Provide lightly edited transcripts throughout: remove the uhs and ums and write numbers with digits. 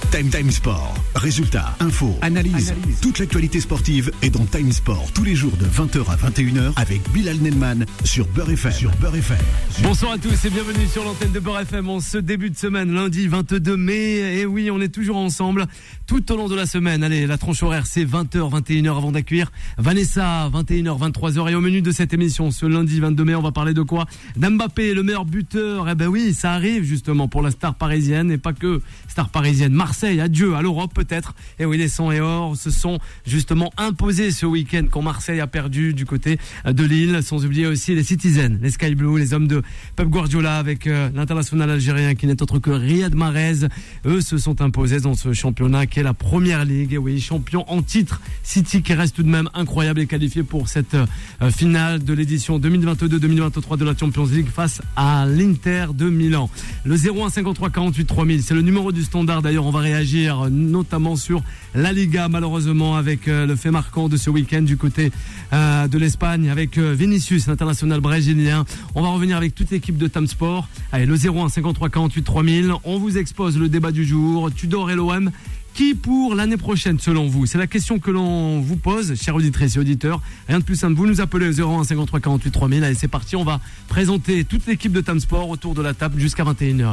Time Sport. Résultats, infos, analyse. Toute l'actualité sportive est dans Time Sport tous les jours de 20h à 21h avec Bilal Nelman sur Beurre FM. Bonsoir à tous et bienvenue sur l'antenne de Beurre FM en ce début de semaine, lundi 22 mai. Et oui, on est toujours ensemble tout au long de la semaine. Allez, la tranche horaire, c'est 20h, 21h avant d'accueillir Vanessa, 21h, 23h. Et au menu de cette émission, ce lundi 22 mai, on va parler de quoi? D'Mbappé, le meilleur buteur. Eh ben oui, ça arrive justement pour la star parisienne et pas que star parisienne. Marseille, adieu à l'Europe peut-être. Et oui, les 100 et or se sont justement imposés ce week-end quand Marseille a perdu du côté de Lille. Sans oublier aussi les Citizens, les Sky Blue, les hommes de Pep Guardiola avec l'international algérien qui n'est autre que Riyad Mahrez. Eux se sont imposés dans ce championnat qui est la Première Ligue. Et oui, champion en titre. City qui reste tout de même incroyable et qualifié pour cette finale de l'édition 2022-2023 de la Champions League face à l'Inter de Milan. Le 01 53 48 3000, c'est le numéro du standard. D'ailleurs, on va réagir notamment sur la Liga, malheureusement, avec le fait marquant de ce week-end du côté de l'Espagne avec Vinicius, l'international brésilien. On va revenir avec toute l'équipe de Time Sport. Allez, le 01 53 48 3000. On vous expose le débat du jour. Tudor et l'OM. Qui pour l'année prochaine, selon vous? C'est la question que l'on vous pose, chers auditrices et auditeurs. Rien de plus simple, vous nous appelez au 01 53 48 3000. Allez, c'est parti, on va présenter toute l'équipe de Time Sport autour de la table jusqu'à 21h.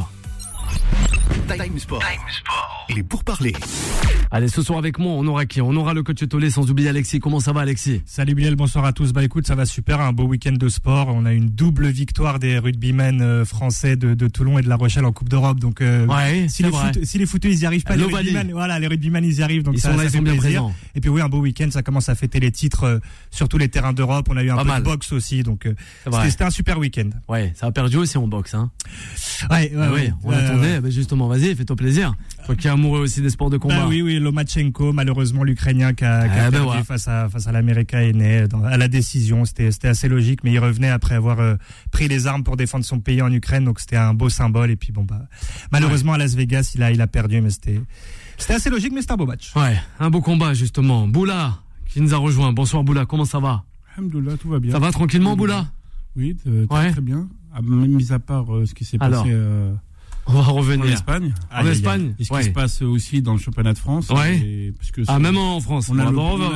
Time Sport. Il est pour parler. Allez, ce soir avec moi, on aura qui? On aura le coach Tolé, sans oublier Alexis. Comment ça va, Alexis? Salut Bilal, bonsoir à tous. Bah écoute, ça va super, un beau week-end de sport. On a une double victoire des rugbymen français de Toulon et de La Rochelle en Coupe d'Europe. Donc ouais, si les footeux ils y arrivent pas, les rugbymen ils y arrivent. Donc ils sont là, ils sont bien présents. Et puis oui, un beau week-end, ça commence à fêter les titres sur tous les terrains d'Europe. On a eu un peu de boxe aussi, donc c'était un super week-end. Ouais, ça a perdu aussi en boxe, hein. Ouais, on attendait. Bah justement, vas-y, fais-toi plaisir. Toi qui es amoureux aussi des sports de combat. Oui, Lomachenko, malheureusement l'Ukrainien qui a perdu face à l'Américain est né à la décision. C'était assez logique, mais il revenait après avoir pris les armes pour défendre son pays en Ukraine, donc c'était un beau symbole. Et puis malheureusement à Las Vegas, il a perdu, mais c'était assez logique, mais c'était un beau match. Ouais, un beau combat justement. Boula qui nous a rejoint. Bonsoir Boula, comment ça va? Alhamdoulilah, tout va bien. Ça va tranquillement Boula? Oui, très bien. Mis à part ce qui s'est passé. On va revenir. En Espagne. Et ce qui se passe aussi dans le championnat de France. Ouais. Même en France. On a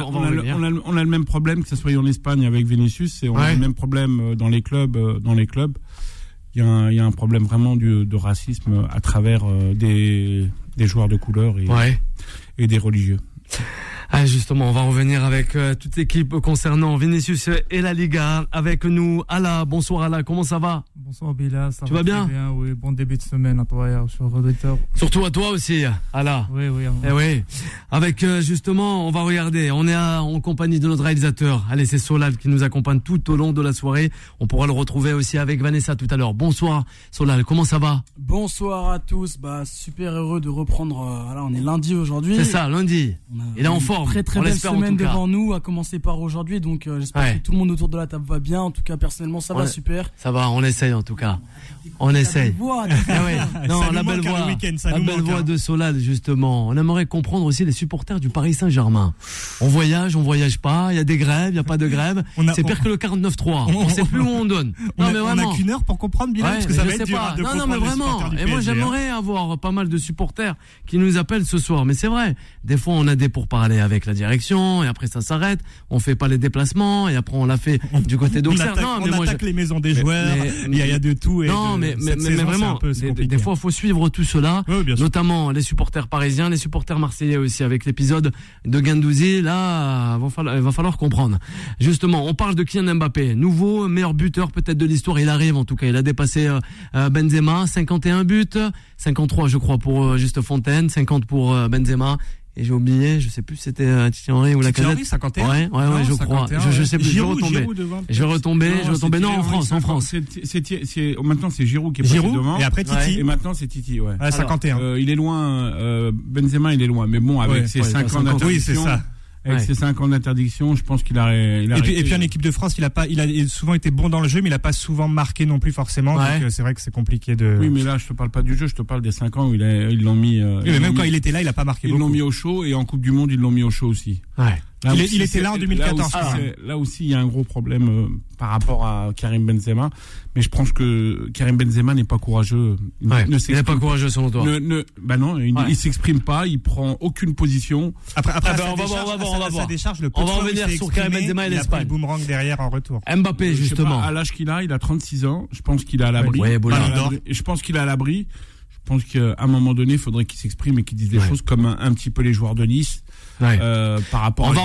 le même problème, que ce soit en Espagne avec Vinicius, et on a le même problème dans les clubs. Il y a un problème vraiment de racisme à travers des joueurs de couleur et des religieux. Ah, justement, on va revenir avec toute l'équipe concernant Vinicius et la Liga. Avec nous, Ala. Bonsoir Ala, comment ça va? Bonsoir Bilal, ça tu va vas bien? Oui, bon début de semaine à toi et aux auditeurs. Surtout à toi aussi, Ala. Oui. Oui. Avec justement, on va regarder. On est en compagnie de notre réalisateur. Allez, c'est Solal qui nous accompagne tout au long de la soirée. On pourra le retrouver aussi avec Vanessa tout à l'heure. Bonsoir Solal, comment ça va? Bonsoir à tous. Super heureux de reprendre. On est lundi aujourd'hui. C'est ça, lundi. Il est en forme. Très belle semaine devant nous, à commencer par aujourd'hui, donc j'espère que tout le monde autour de la table va bien. En tout cas, personnellement, ça va super. Ça va, on essaye en tout cas. On essaye. La belle voix de Solal, justement. On aimerait comprendre aussi les supporters du Paris Saint-Germain. On voyage pas, il y a des grèves, il n'y a pas de grève. C'est pire que le 49.3. On sait plus où on donne. On a qu'une heure pour comprendre bien, parce que ça va être dur de comprendre. Non, mais vraiment. Et moi, j'aimerais avoir pas mal de supporters qui nous appellent ce soir. Mais c'est vrai, des fois, on a des pourparlers avec la direction, et après ça s'arrête. On fait pas les déplacements, et après on l'a fait du côté d'Auxerre. On attaque les maisons des joueurs. Il y a de tout. Mais vraiment, des fois, il faut suivre tout cela, notamment les supporters parisiens, les supporters marseillais aussi, avec l'épisode de Guendouzi. Là, il va falloir comprendre. Justement, on parle de Kylian Mbappé, nouveau meilleur buteur peut-être de l'histoire. Il arrive, en tout cas, il a dépassé Benzema, 51 buts, 53 je crois pour Juste Fontaine, 50 pour Benzema. Et j'ai oublié, je sais plus si c'était Thierry Henry ou Lacazette. Thierry, 51. Ouais, je crois. Je sais plus, je vais retomber. Non, en France. Maintenant, c'est Giroud qui est passé devant. Et après Titi. Et maintenant, c'est Titi, ouais. 51. Il est loin, Benzema, il est loin. Mais bon, avec ses 5 ans d'interdiction. Oui, c'est ça. Avec ses 5 ans d'interdiction, je pense qu'il a et puis en équipe de France, il a souvent été bon dans le jeu, mais il a pas souvent marqué non plus forcément. Donc c'est vrai que c'est compliqué de. Oui, mais là, je te parle pas du jeu, je te parle des 5 ans où ils l'ont mis. Même quand il était là, il a pas marqué. Ils l'ont mis au chaud, et en Coupe du Monde, ils l'ont mis au chaud aussi. Ouais. Il était là en 2014. Là aussi, il y a un gros problème par rapport à Karim Benzema. Mais je pense que Karim Benzema n'est pas courageux. Il n'est pas courageux selon toi. Il s'exprime pas, il prend aucune position. Après, on va voir. On va revenir sur Karim Benzema et l'Espagne. Il a pris le boomerang derrière en retour. Mbappé, justement. À l'âge qu'il a 36 ans. Je pense qu'il est à l'abri. Je pense qu'il est à l'abri. Je pense qu'à un moment donné, il faudrait qu'il s'exprime et qu'il dise des choses comme un petit peu les joueurs de Nice. Par rapport on va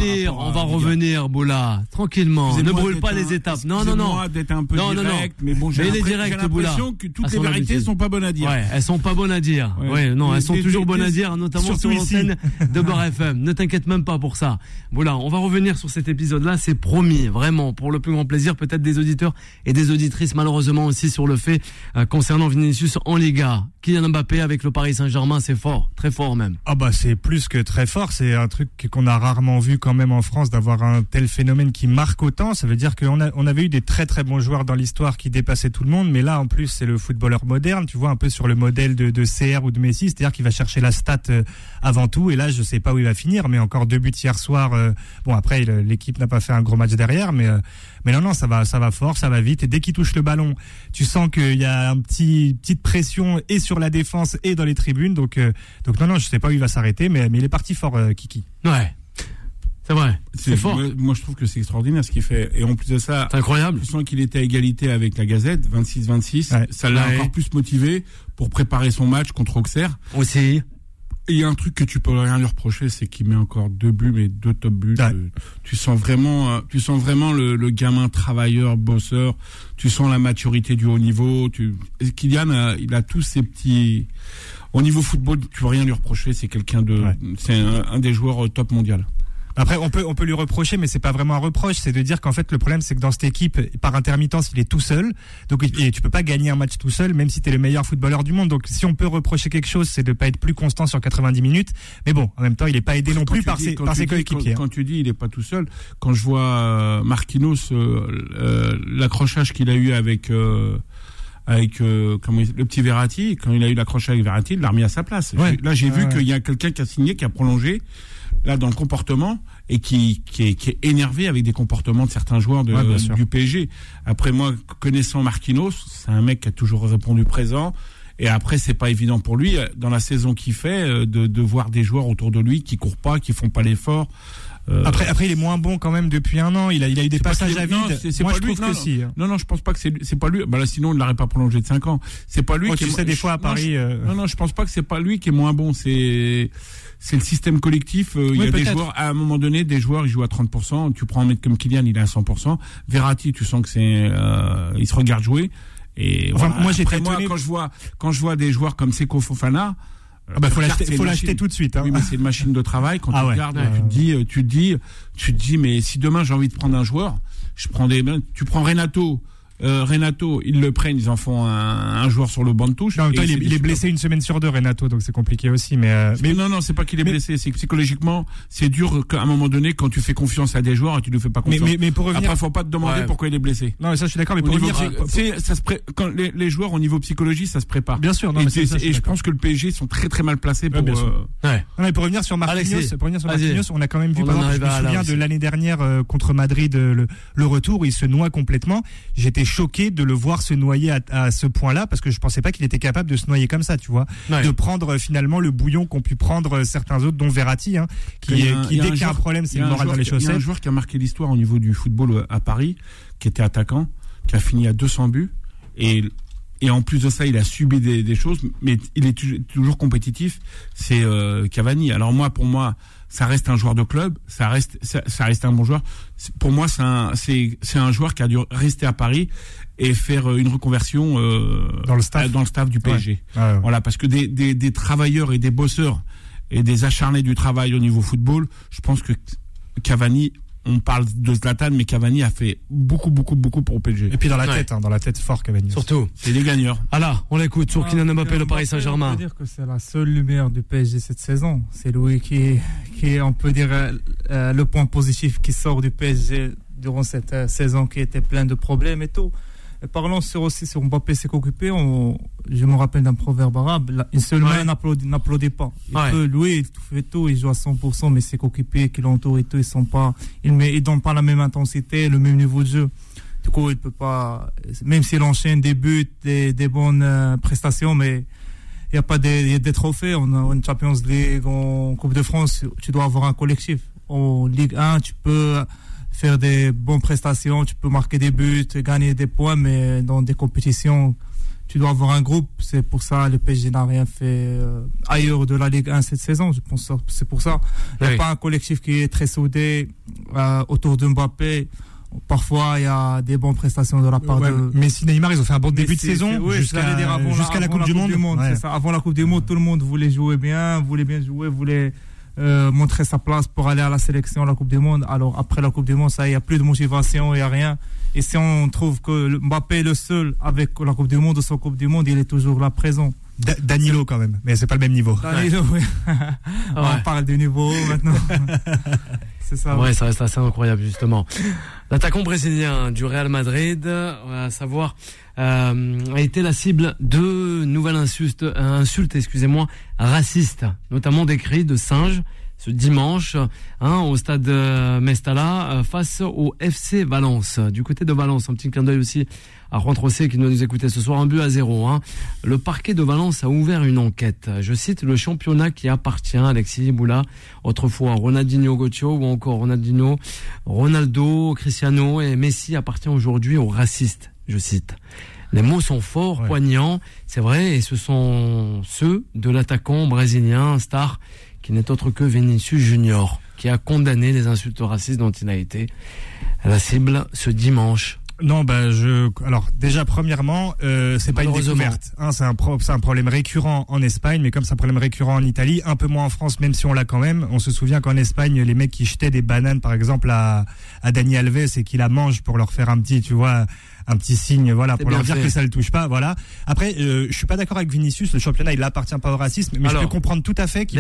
revenir, Boula, tranquillement. Ne brûle pas les étapes. Non. D'être un peu direct, mais bon, j'ai l'impression que toutes les vérités sont pas bonnes à dire. Elles sont pas bonnes à dire. Elles sont toujours bonnes à dire, notamment sur l'antenne de Beurre FM. Ne t'inquiète même pas pour ça. Boula, on va revenir sur cet épisode-là, c'est promis, vraiment, pour le plus grand plaisir, peut-être des auditeurs et des auditrices, malheureusement aussi sur le fait concernant Vinicius en Liga. Kylian Mbappé avec le Paris Saint-Germain, c'est fort, très fort même. C'est plus que très fort, c'est un truc qu'on a rarement vu quand même en France, d'avoir un tel phénomène qui marque autant. Ça veut dire qu'on avait eu des très très bons joueurs dans l'histoire qui dépassaient tout le monde, mais là en plus c'est le footballeur moderne, tu vois, un peu sur le modèle de CR ou de Messi, c'est-à-dire qu'il va chercher la stat avant tout, et là je sais pas où il va finir, mais encore 2 buts hier soir. Après l'équipe n'a pas fait un gros match derrière, mais non, ça va fort, ça va vite, et dès qu'il touche le ballon, tu sens qu'il y a petite pression et sur la défense et dans les tribunes, donc non, je sais pas où il va s'arrêter, mais il est parti fort, Kiki. Ouais. C'est vrai, c'est fort. Moi, je trouve que c'est extraordinaire ce qu'il fait. Et en plus de ça, c'est incroyable. Je sens qu'il était à égalité avec la Gazette, 26-26. Ouais. Ça l'a encore plus motivé pour préparer son match contre Auxerre. Aussi. Et il y a un truc que tu peux rien lui reprocher, c'est qu'il met encore 2 buts, mais 2 top buts. Ouais. Tu sens vraiment le gamin travailleur, bosseur. Tu sens la maturité du haut niveau. Kylian, il a tous ces petits. Au niveau football, tu peux rien lui reprocher. C'est quelqu'un c'est un des joueurs top mondial. Après, on peut lui reprocher, mais c'est pas vraiment un reproche. C'est de dire qu'en fait, le problème, c'est que dans cette équipe, par intermittence, il est tout seul. Donc, et tu peux pas gagner un match tout seul, même si t'es le meilleur footballeur du monde. Donc, si on peut reprocher quelque chose, c'est de pas être plus constant sur 90 minutes. Mais bon, en même temps, il est pas aidé non plus par ses coéquipiers. Quand tu dis, il est pas tout seul. Quand je vois Marquinhos, l'accrochage qu'il a eu avec le petit Verratti, quand il a eu l'accrochage avec Verratti, il l'a remis à sa place. Ouais. Là, j'ai vu qu'il y a quelqu'un qui a signé, qui a prolongé. Là, dans le comportement, et qui est énervé avec des comportements de certains joueurs du PSG. Après, moi, connaissant Marquinhos, c'est un mec qui a toujours répondu présent. Et après, c'est pas évident pour lui, dans la saison qu'il fait, de voir des joueurs autour de lui qui courent pas, qui font pas l'effort. Après, il est moins bon quand même depuis un an. Il a eu des passages à vide. Moi, je trouve que si. Non, je pense pas que c'est pas lui. Là, sinon, il l'aurait pas prolongé de 5 ans. C'est pas lui qui est. Tu sais, des fois à Paris. Non, je pense pas que c'est pas lui qui est moins bon. C'est le système collectif. Il y a des joueurs, à un moment donné, des joueurs, ils jouent à 30%. Tu prends un mec comme Kylian, il est à 100%. Verratti, tu sens que il se regarde jouer. Et moi, j'étais étonné. Quand je vois des joueurs comme Seko Fofana, faut l'acheter tout de suite. Oui, mais c'est une machine de travail. Quand tu regardes, tu te dis, mais si demain j'ai envie de prendre un joueur, tu prends Renato. Renato, ils le prennent, ils en font un joueur sur le banc de touche. Non, il est blessé 1 semaine sur 2, Renato, donc c'est compliqué aussi. Mais non, c'est pas qu'il est blessé, c'est que psychologiquement, c'est dur qu'à un moment donné, quand tu fais confiance à des joueurs, tu ne fais pas confiance. Mais pour revenir, après, faut pas te demander pourquoi il est blessé. Non, ça, je suis d'accord. Mais pour revenir, quand les joueurs au niveau psychologie, ça se prépare. Bien sûr. Non, et je pense que le PSG sont très très mal placés pour. Non, mais pour revenir sur Marquinhos, on a quand même vu, par exemple, je me souviens de l'année dernière contre Madrid, le retour, où il se noie complètement. J'étais choqué de le voir se noyer à ce point-là, parce que je pensais pas qu'il était capable de se noyer comme ça, tu vois, de prendre finalement le bouillon qu'ont pu prendre certains autres, dont Verratti, qui dès qu'il y a un problème, c'est le moral dans les chaussettes. Il y a un joueur qui a marqué l'histoire au niveau du football à Paris, qui était attaquant, qui a fini à 200 buts, et en plus de ça, il a subi des choses, mais il est toujours compétitif. C'est Cavani. Alors pour moi, ça reste un joueur de club, ça reste un bon joueur. Pour moi, c'est un joueur qui a dû rester à Paris et faire une reconversion dans le staff du PSG. Ouais. Voilà, parce que des travailleurs et des bosseurs et des acharnés du travail au niveau football, je pense que Cavani, on parle de Zlatan, mais Cavani a fait beaucoup pour le PSG. Et puis dans la tête fort, Cavani. Surtout. C'est des gagneurs. Ah là, on l'écoute sur Kylian Mbappé, le Paris Saint-Germain. On peut dire que c'est la seule lumière du PSG cette saison. C'est lui qui on peut dire, le point positif qui sort du PSG durant cette saison qui était pleine de problèmes et tout. Parlons sur Mbappé, c'est qu'occupé. Je me rappelle d'un proverbe arabe. Une seule main n'applaudit pas. Il peut louer, il fait tout, il joue à 100%, mais c'est qu'occupé, qui l'entoure et tout, ils donnent pas la même intensité, le même niveau de jeu. Du coup, il peut pas, même s'il enchaîne des buts, des bonnes prestations, mais il y a des trophées. En Champions League, en Coupe de France, tu dois avoir un collectif. En Ligue 1, tu peux faire des bonnes prestations, tu peux marquer des buts, gagner des points, mais dans des compétitions, tu dois avoir un groupe. C'est pour ça le PSG n'a rien fait ailleurs de la Ligue 1 cette saison. Je pense que c'est pour ça. Il n'y a pas un collectif qui est très soudé autour de Mbappé. Parfois, il y a des bonnes prestations de la part de Messi, Neymar, ils ont fait un bon début de saison jusqu'à la Coupe du Monde. C'est ça. Avant la Coupe du Monde, tout le monde voulait jouer bien, voulait bien jouer, voulait montrer sa place pour aller à la sélection à la Coupe du Monde. Alors après la Coupe du Monde, ça, il n'y a plus de motivation, il n'y a rien. Et si on trouve que Mbappé est le seul avec la Coupe du Monde ou sans Coupe du Monde, il est toujours là présent. Danilo quand même, mais c'est pas le même niveau. Danilo, oui. On parle du niveau maintenant. C'est ça. Ouais, ça reste assez incroyable justement. L'attaquant brésilien du Real Madrid, à savoir, a été la cible de nouvelles insultes, racistes, notamment des cris de singes ce dimanche, au stade Mestalla, face au FC Valence. Du côté de Valence, un petit clin d'œil aussi à Juan Trocé qui doit nous écouter ce soir, 1-0. Le parquet de Valence a ouvert une enquête. Je cite, le championnat qui appartient à Alexis Boula, autrefois Ronaldinho Gocho ou encore Ronaldo, Cristiano et Messi appartient aujourd'hui aux racistes. Je cite. Les mots sont forts, poignants, c'est vrai, et ce sont ceux de l'attaquant brésilien star qui n'est autre que Vinicius Junior, qui a condamné les insultes racistes dont il a été la cible ce dimanche. Non, alors déjà premièrement, c'est pas une découverte. C'est un problème récurrent en Espagne, mais comme c'est un problème récurrent en Italie, un peu moins en France, même si on l'a quand même. On se souvient qu'en Espagne, les mecs qui jetaient des bananes, par exemple, à Dani Alves et qui la mangent pour leur faire un petit signe, voilà, pour leur dire que ça le touche pas, voilà. Après, je suis pas d'accord avec Vinicius, le championnat, il appartient pas au racisme, mais je peux comprendre tout à fait qu'il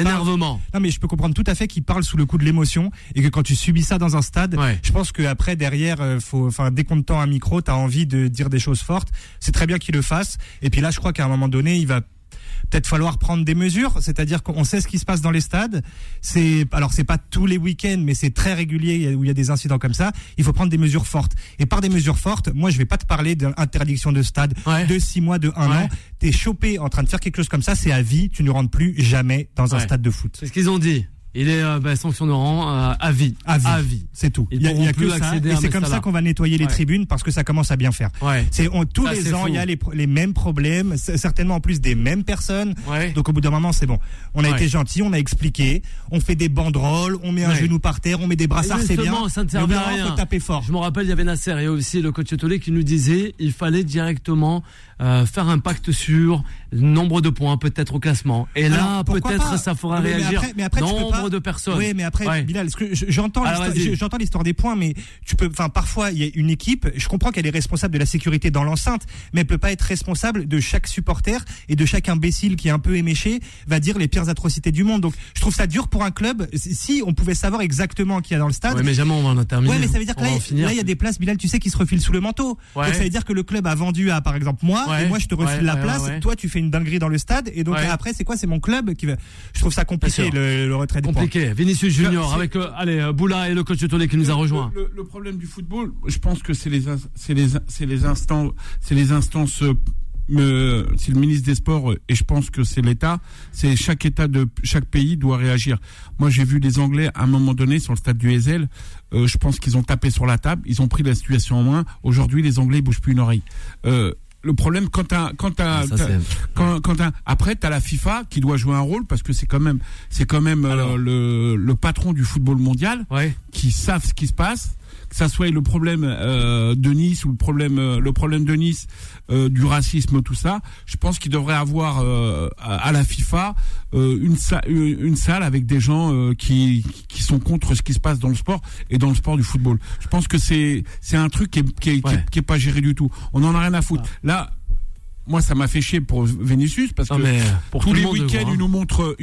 je peux comprendre tout à fait qu'il parle sous le coup de l'émotion et que quand tu subis ça dans un stade, je pense que après derrière, dès qu'on te tend un micro, t'as envie de dire des choses fortes. C'est très bien qu'il le fasse. Et puis là, je crois qu'à un moment donné, il va peut-être falloir prendre des mesures, c'est-à-dire qu'on sait ce qui se passe dans les stades. C'est pas tous les week-ends, mais c'est très régulier où il y a des incidents comme ça. Il faut prendre des mesures fortes. Et par des mesures fortes, moi je vais pas te parler d'interdiction de stade de 6 mois, de 1 an. T'es chopé en train de faire quelque chose comme ça, c'est à vie. Tu ne rentres plus jamais dans un stade de foot. C'est ce qu'ils ont dit. Il est sanctionneront à vie. À vie. C'est tout. Il y a que ça. Et c'est comme ça qu'on va nettoyer les tribunes parce que ça commence à bien faire. Tous les ans, il y a les mêmes problèmes, certainement en plus des mêmes personnes. Donc au bout d'un moment, c'est bon. On a été gentil, on a expliqué, on fait des banderoles, on met un genou par terre, on met des brassards, c'est bien. Ça ne servait à rien. Faut taper fort. Je me rappelle, il y avait Nasser et aussi le coach Tolé qui nous disait il fallait directement faire un pacte sur le nombre de points, peut-être au classement. Et là, peut-être ça fera réagir nombre de personnes. Oui, mais après, Bilal, j'entends l'histoire des points, mais parfois, il y a une équipe, je comprends qu'elle est responsable de la sécurité dans l'enceinte, mais elle peut pas être responsable de chaque supporter et de chaque imbécile qui est un peu éméché, va dire les pires atrocités du monde. Donc, je trouve ça dur pour un club. Si on pouvait savoir exactement qui y a dans le stade. Ouais, mais jamais on va en terminer. Ouais, mais ça veut dire que là, il y a des places, Bilal, tu sais, qui se refilent sous le manteau. Donc, ça veut dire que le club a vendu à, par exemple, moi, et moi, je te refile la place. Toi, tu fais une dinguerie dans le stade, et donc après, c'est quoi? C'est mon club qui va. Je trouve ça compliqué, le retrait des points. Compliqué. Vinicius Junior avec Boula et le coach Tolé qui nous a rejoint. Le problème du football, je pense que c'est les instances. C'est le ministre des Sports et je pense que c'est l'État. C'est chaque pays doit réagir. Moi, j'ai vu les Anglais à un moment donné sur le stade du Heysel. Je pense qu'ils ont tapé sur la table. Ils ont pris la situation en main. Aujourd'hui, les Anglais ils bougent plus une oreille. Le problème après t'as la FIFA qui doit jouer un rôle parce que c'est quand même le patron du football mondial qui savent ce qui se passe, que ça soit le problème de Nice ou le problème de Nice du racisme, tout ça. Je pense qu'il devrait avoir à la FIFA une salle avec des gens qui sont contre ce qui se passe dans le sport et dans le sport du football. Je pense que c'est un truc qui est pas géré du tout. On en a rien à foutre. Là, moi, ça m'a fait chier pour Vinicius parce que tous les week-ends, il nous montre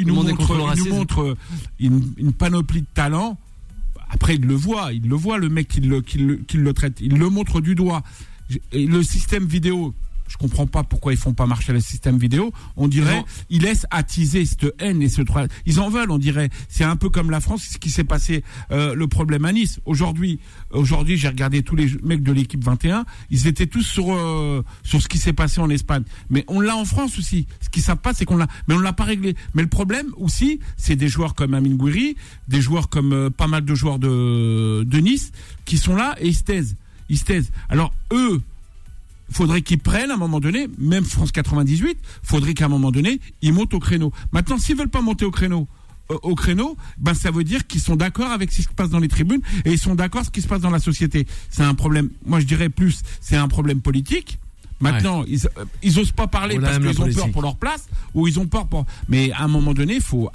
une panoplie de talents. Après, il le voit, le mec qui le traite, il le montre du doigt. le système vidéo. Je comprends pas pourquoi ils font pas marcher le système vidéo. On dirait, ils laissent attiser cette haine et ce droit. Ils en veulent, on dirait. C'est un peu comme la France, ce qui s'est passé, le problème à Nice. Aujourd'hui, j'ai regardé tous les mecs de l'équipe 21. Ils étaient tous sur ce qui s'est passé en Espagne. Mais on l'a en France aussi. Ce qu'ils savent pas, c'est qu'on l'a, mais on l'a pas réglé. Mais le problème aussi, c'est des joueurs comme Amine Gouiri, des joueurs comme pas mal de joueurs de Nice, qui sont là et ils se taisent. Alors, eux, faudrait qu'ils prennent à un moment donné, même France 98, faudrait qu'à un moment donné, ils montent au créneau. Maintenant, s'ils veulent pas monter au créneau, ben ça veut dire qu'ils sont d'accord avec ce qui se passe dans les tribunes et ils sont d'accord avec ce qui se passe dans la société. C'est un problème, moi je dirais plus, c'est un problème politique. Maintenant, ils osent pas parler parce qu'ils ont peur pour leur place ou ils ont peur pour. Mais à un moment donné, faut,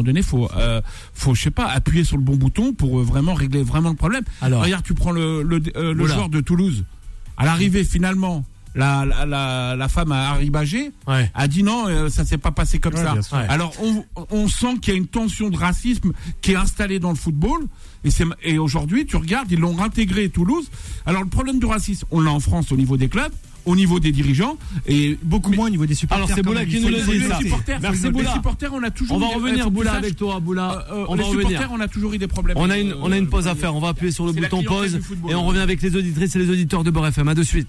je sais pas, appuyer sur le bon bouton pour vraiment régler vraiment le problème. Alors, regarde, tu prends le joueur de Toulouse. À l'arrivée, finalement, la femme à Harry Bagé a dit non, ça s'est pas passé comme ça. Alors on sent qu'il y a une tension de racisme qui est installée dans le football et aujourd'hui tu regardes, ils l'ont intégré Toulouse. Alors le problème du racisme, on l'a en France au niveau des clubs, au niveau des dirigeants et beaucoup moins au niveau des supporters. Alors c'est Boula qui nous le dit ça. Merci Boula. Les supporters, on a toujours. On va revenir Boula avec toi, Boula. Les supporters, on a toujours eu des problèmes. On a une pause à faire. On va appuyer sur le bouton pause et on revient avec les auditrices et les auditeurs de Beurre FM. À de suite.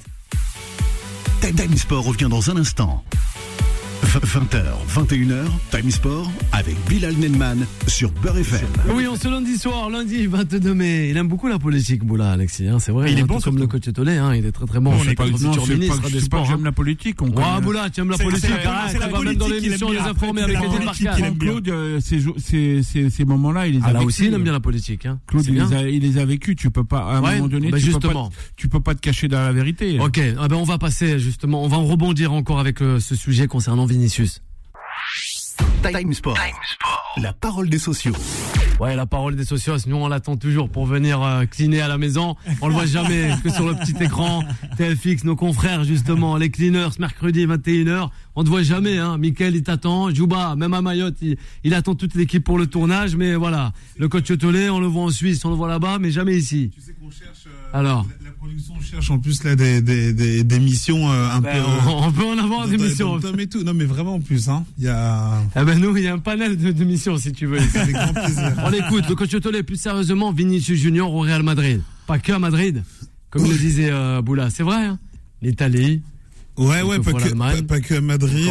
Time Sport revient dans un instant. 20h, 21h, Time Sport avec Bilal Nenman sur Beurre FM. Oui, on se lundi soir, lundi 22 mai. Il aime beaucoup la politique, Boula, Alexis. Hein, c'est vrai. Il est bon comme le coach Tollet. Hein, il est très très bon. C'est pas futur ministre des Sports. J'aime la politique. Boula, tu aimes la politique. C'est la politique. Dans l'émission, les informer avec les démarcages. Claude, ces moments-là, il les a vécus. Là aussi, il aime bien la politique. Claude, il les a vécus. Tu peux pas, à un moment donné, tu peux pas te cacher derrière la vérité. Ok. On va passer justement. On va en rebondir encore avec ce sujet concernant Vinicius. Time Sport. La parole des sociaux. Ouais, la parole des sociaux, nous on l'attend toujours pour venir cleaner à la maison. On le voit jamais que sur le petit écran. TFX, nos confrères justement, les cleaners, mercredi 21h. On te voit jamais, hein. Mickaël, il t'attend. Jouba, même à Mayotte, il attend toute l'équipe pour le tournage. Mais voilà, le coach Tollet, on le voit en Suisse, on le voit là-bas, mais jamais ici. Tu sais qu'on cherche... Alors la production cherche en plus là des missions un peu... On peut en avoir des missions. Non mais vraiment en plus, hein. Il y a... nous, il y a un panel de missions si tu veux. Avec grand plaisir. On écoute le coach Tollet, plus sérieusement, Vinicius Junior au Real Madrid. Pas que à Madrid, comme le disait Boula. C'est vrai, hein. L'Italie. Ouais, pas que à Madrid.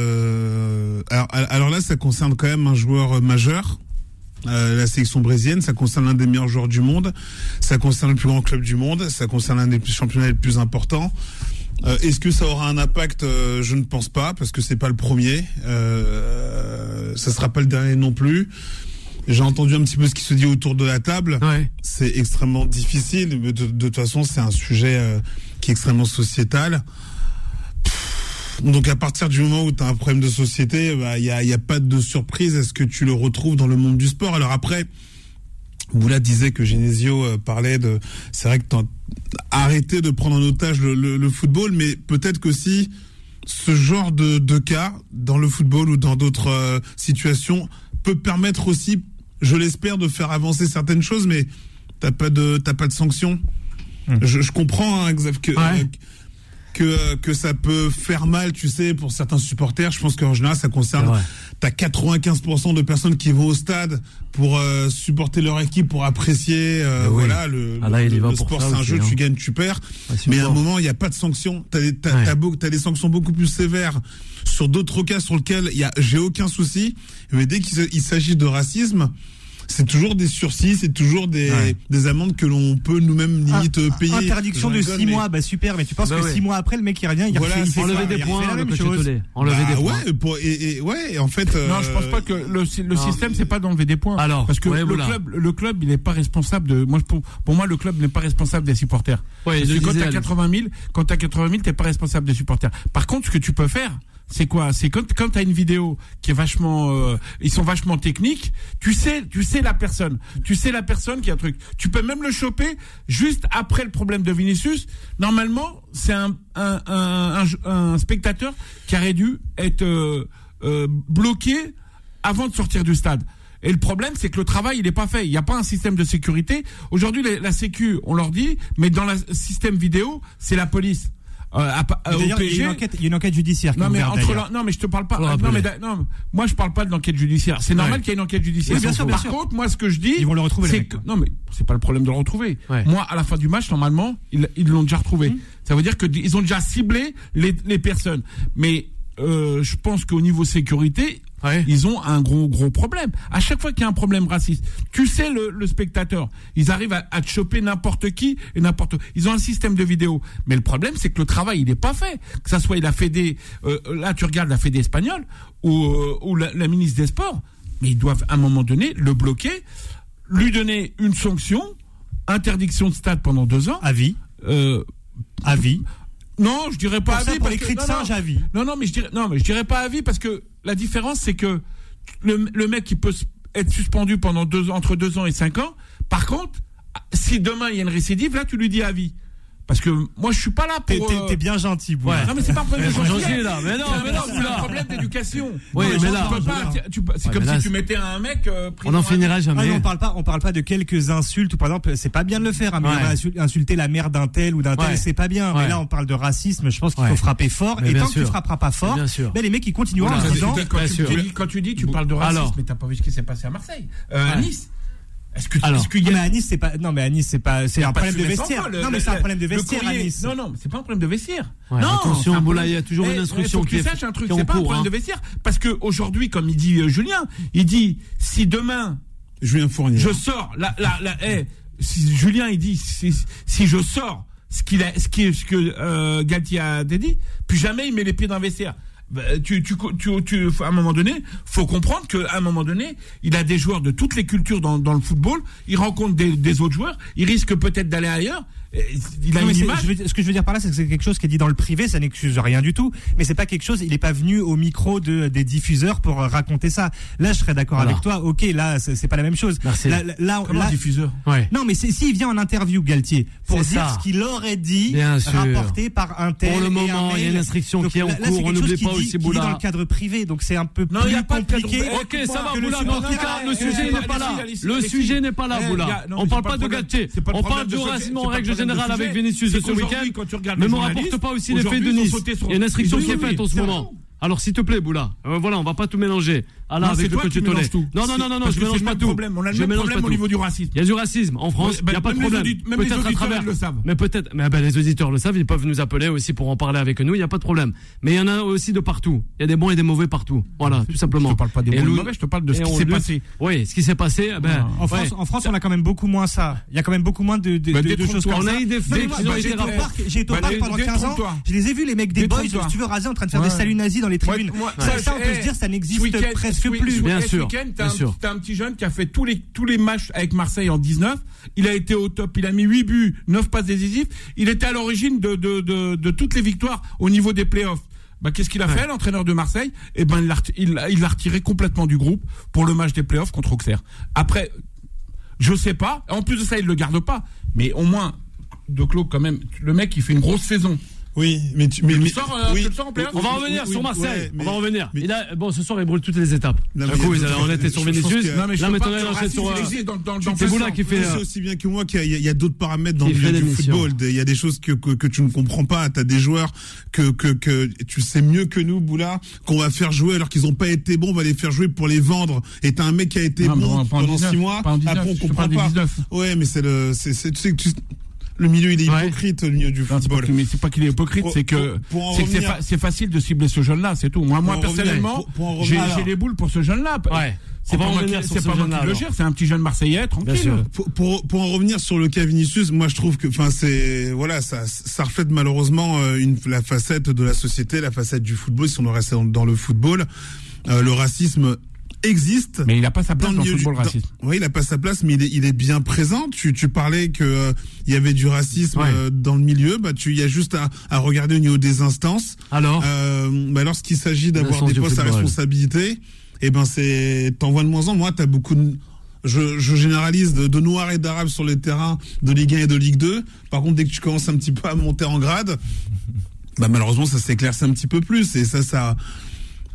Alors là, ça concerne quand même un joueur majeur. La sélection brésilienne, ça concerne l'un des meilleurs joueurs du monde, ça concerne le plus grand club du monde, ça concerne l'un des championnats les plus importants. Est-ce que ça aura un impact? Je ne pense pas, parce que c'est pas le premier. Ça sera pas le dernier non plus. J'ai entendu un petit peu ce qui se dit autour de la table. Ouais. C'est extrêmement difficile. Mais de toute façon, c'est un sujet qui est extrêmement sociétal. Donc à partir du moment où tu as un problème de société, il y a pas de surprise à ce que tu le retrouves dans le monde du sport. Alors après, Boula disait que Genesio parlait de... C'est vrai que t'as arrêté de prendre en otage le football, mais peut-être qu'aussi ce genre de cas dans le football ou dans d'autres situations peut permettre aussi, je l'espère, de faire avancer certaines choses, mais t'as pas de sanction. Je comprends, hein, que ça peut faire mal, tu sais, pour certains supporters. Je pense qu'en général, ça concerne... T'as 95% de personnes qui vont au stade pour supporter leur équipe, pour apprécier voilà, le sport, c'est un jeu, tu gagnes, tu perds. Mais à un moment, il n'y a pas de sanction. T'as des sanctions beaucoup plus sévères sur d'autres cas sur lesquels j'ai aucun souci. Mais dès qu'il s'agit de racisme, c'est toujours des sursis, c'est toujours des amendes que l'on peut nous-mêmes limite payer. Interdiction de 6 mois, super, mais tu penses que 6 mois après, le mec il revient, il fait enlever des points, enlever des points. En fait. Non, je pense pas que le système c'est pas d'enlever des points. Alors, parce que le club, il n'est pas responsable de. Pour moi, le club n'est pas responsable des supporters. Parce que quand t'as 80 000, t'es pas responsable des supporters. Par contre, ce que tu peux faire, c'est quoi? C'est quand t'as une vidéo qui est vachement, ils sont vachement techniques. Tu sais la personne qui a un truc. Tu peux même le choper juste après le problème de Vinicius. Normalement, c'est un spectateur qui aurait dû être bloqué avant de sortir du stade. Et le problème, c'est que le travail, il est pas fait. Il n'y a pas un système de sécurité. Aujourd'hui, la Sécu, on leur dit, mais dans le système vidéo, c'est la police. D'ailleurs, il y a une enquête judiciaire. Non, mais je te parle pas. Moi, je parle pas de l'enquête judiciaire. C'est normal qu'il y ait une enquête judiciaire. Oui, bien sûr. Par contre, moi, ce que je dis, ils vont le retrouver. C'est que, non, mais c'est pas le problème de le retrouver. Ouais. Moi, à la fin du match, normalement, ils l'ont déjà retrouvé. Ça veut dire que ils ont déjà ciblé les personnes. Mais je pense qu'au niveau sécurité, ils ont un gros problème. À chaque fois qu'il y a un problème raciste, tu sais, le spectateur, ils arrivent à te choper n'importe qui et n'importe. Ils ont un système de vidéo. Mais le problème, c'est que le travail, il n'est pas fait. Que ça soit la Fédé, là, tu regardes la Fédé espagnole ou la ministre des Sports, mais ils doivent à un moment donné le bloquer, lui donner une sanction, interdiction de stade pendant 2 ans. À vie. À vie. Non, je dirais pas à vie. Pour les cris de singe à vie. Non, mais je dirais pas à vie parce que la différence, c'est que le mec, il peut être suspendu pendant entre 2 ans et 5 ans. Par contre, si demain il y a une récidive, là, tu lui dis à vie. Parce que moi, je suis pas là pour. T'es bien gentil, ouais. Non, mais c'est pas un problème de gentillesse. Là. Mais non, c'est un problème d'éducation. Oui, mais là, c'est comme si tu mettais un mec. On n'en finira jamais. On parle pas de quelques insultes ou par exemple, c'est pas bien de le faire. Hein, mais insulter la mère d'un tel ou d'un tel, c'est pas bien. Mais là, on parle de racisme. Je pense qu'il faut frapper fort. Et tant que tu frapperas pas fort, les mecs ils continueront en disant. Quand tu parles de racisme, mais t'as pas vu ce qui s'est passé à Marseille, à Nice. Mais à Nice, c'est pas. Non, mais à Nice, c'est un problème de vestiaire. Non, mais c'est un problème de vestiaire à Nice. Non, c'est pas un problème de vestiaire. Ouais, non, attention, Boula, il y a toujours une instruction qui est. Sache un truc, c'est pas un problème de vestiaire. Parce que aujourd'hui, comme il dit Julien, il dit si demain. Julien Fournier. Je sors, si Julien, il dit si je sors ce que Galtier a dit, plus jamais il met les pieds dans le vestiaire. À un moment donné, faut comprendre qu'à un moment donné, il a des joueurs de toutes les cultures dans le football. Il rencontre des autres joueurs. Il risque peut-être d'aller ailleurs. Il a une image. Ce que je veux dire par là, c'est que c'est quelque chose qui est dit dans le privé, ça n'excuse rien du tout. Mais c'est pas quelque chose. Il est pas venu au micro des diffuseurs pour raconter ça. Là, je serais d'accord avec toi. Ok, là, c'est pas la même chose. Comment diffuseur? Ouais. Non, mais s'il vient en interview, Galtier, pour dire ce qu'il aurait dit, rapporté par un tel. Pour le moment, il y a une instruction qui est en cours. On n'oublie pas aussi Boula. Dans le cadre privé, donc c'est un peu plus compliqué. Ok, ça va, Boula. En tout cas, le sujet n'est pas là. Le sujet n'est pas là, Boula. On parle pas de Galtier. On parle du racisme en règle général avec Vinicius ce week-end. Mais on rapporte pas aussi les faits de Nice. Il y a une restriction qui est faite en ce moment. Alors s'il te plaît, Boula, voilà, on va pas tout mélanger. Alors avec le coach Tollet. Non, je mélange pas tout. On a le même problème au niveau du racisme. Il y a du racisme en France, il y a pas de problème. Peut-être à travers. Mais peut-être, les auditeurs le savent, ils peuvent nous appeler aussi pour en parler avec nous, il y a pas de problème. Mais il y en a aussi de partout. Il y a des bons et des mauvais partout. Voilà, tout simplement. Je te parle pas des bons et mauvais, je te parle de ce qui s'est passé. Oui, ce qui s'est passé, en France, on a quand même beaucoup moins ça. Il y a quand même beaucoup moins de choses comme ça. On a eu des faits qui ont été rapportés. J'ai été au parc pendant 15 ans. Je les ai vus les mecs des boys, si tu veux, raser en train de faire des saluts nazis dans les tribunes. Ça, on peut se dire, ça n'existe presque plus. Bien sûr. T'as un petit jeune qui a fait tous les matchs avec Marseille en 19. Il a été au top. Il a mis 8 buts, 9 passes décisives. Il était à l'origine de toutes les victoires au niveau des playoffs. Qu'est-ce qu'il a fait, l'entraîneur de Marseille? Il l'a retiré complètement du groupe pour le match des playoffs contre Auxerre. Après, je sais pas. En plus de ça, il le garde pas. Mais au moins, De Clos, quand même, le mec, il fait une grosse saison. Oui, mais tu le sors en playoff. On va revenir sur Marseille. On va revenir. Ce soir, il brûle toutes les étapes. On était sur Vinicius. Là, maintenant, il enchaîne sur. C'est Boula qui fait. Tu sais aussi bien que moi qu'il y a d'autres paramètres dans le milieu du football. Il y a des choses que tu ne comprends pas. T'as des joueurs que tu sais mieux que nous, Boula, qu'on va faire jouer alors qu'ils n'ont pas été bons. On va les faire jouer pour les vendre. Et t'as un mec qui a été bon pendant 6 mois. Après, on comprend pas. Ouais, mais le milieu, il est hypocrite, le milieu du football. C'est pas qu'il est hypocrite, c'est que c'est facile de cibler ce jeune-là, c'est tout. Moi personnellement, j'ai les boules pour ce jeune-là. Ouais. C'est pas moi qui le gère, c'est un petit jeune Marseillais, tranquille. Pour en revenir sur le cas Vinicius, moi je trouve que, ça reflète malheureusement la facette de la société, la facette du football. Si on restait dans le football, le racisme existe. Mais il n'a pas sa place dans le football racisme. Oui, il n'a pas sa place, mais il est bien présent. Tu parlais que il y avait du racisme dans le milieu. Il y a juste à regarder au niveau des instances. Alors, lorsqu'il s'agit d'avoir des postes à responsabilité, t'en vois de moins en moins. T'as beaucoup je généralise de noirs et d'arabes sur les terrains de Ligue 1 et de Ligue 2. Par contre, dès que tu commences un petit peu à monter en grade, malheureusement, ça s'éclaircit un petit peu plus. Et ça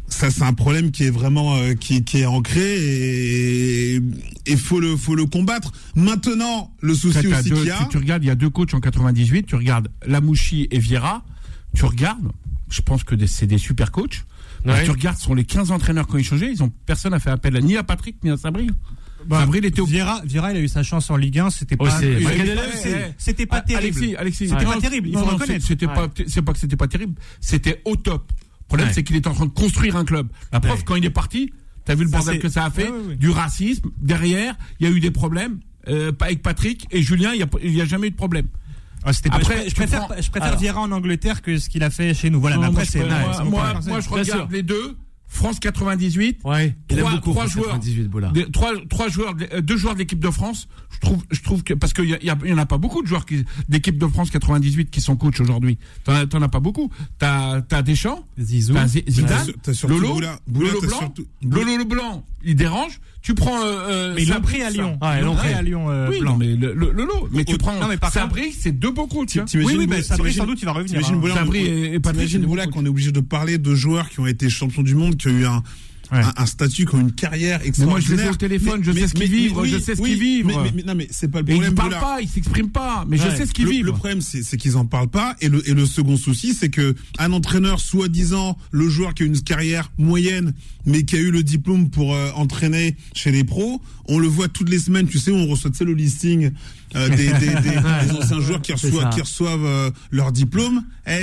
Ça, c'est un problème qui est vraiment qui est ancré et faut le combattre. Maintenant, le souci aussi qu'il y a. Tu regardes, il y a 2 coachs en 98. Tu regardes Lamouchi et Vieira. Tu regardes. Je pense que c'est des super coachs. Ouais. Tu regardes, ce sont les 15 entraîneurs qui ont échangé. Personne n'a fait appel ni à Patrick ni à Sabri. Sabri, il était Vieira, il a eu sa chance en Ligue 1. C'était pas terrible. Alexis, c'était pas terrible. Il faut reconnaître. C'est pas que c'était pas terrible. C'était au top. Le problème, c'est qu'il est en train de construire un club. La preuve, quand il est parti, t'as vu le bordel que ça a fait, du racisme. Derrière, il y a eu des problèmes avec Patrick et Julien. Il y a jamais eu de problème. Après, je préfère Vieira en Angleterre que ce qu'il a fait chez nous. Voilà. Non, après, moi, je regarde les deux. France 98. Ouais. Il aime beaucoup trois joueurs. 98, trois joueurs, 2 joueurs de l'équipe de France. Je trouve que parce qu'il y en a pas beaucoup de joueurs d'équipe de France 98 qui sont coachs aujourd'hui. T'en as pas beaucoup. T'as Deschamps, Zizou, t'as Zidane, Lolo Blanc. Il dérange. Tu prends. Mais ils l'ont pris à Lyon. Ils l'ont pris à Lyon. Oui, Blanc. Mais Lolo. Mais tu prends. Sabri, c'est 2 beaux coachs. Oui, mais Sabri, sans doute, il va revenir. Sabri et Patrick. T'imagines Boula qu'on est obligé de parler de joueurs qui ont été champions du monde, qui ont eu un statut, qui ont une carrière extraordinaire. Mais moi, je les ai au téléphone, je sais ce qu'ils vivent, je sais ce qu'ils vivent. Mais c'est pas le problème. Ils parlent pas, ils s'expriment pas, mais je sais ce qu'ils vivent. Le problème, c'est qu'ils en parlent pas. Et le second souci, c'est que un entraîneur, soi-disant, le joueur qui a une carrière moyenne, mais qui a eu le diplôme pour entraîner chez les pros, on le voit toutes les semaines, tu sais, on reçoit, le listing des anciens joueurs qui reçoivent leur diplôme.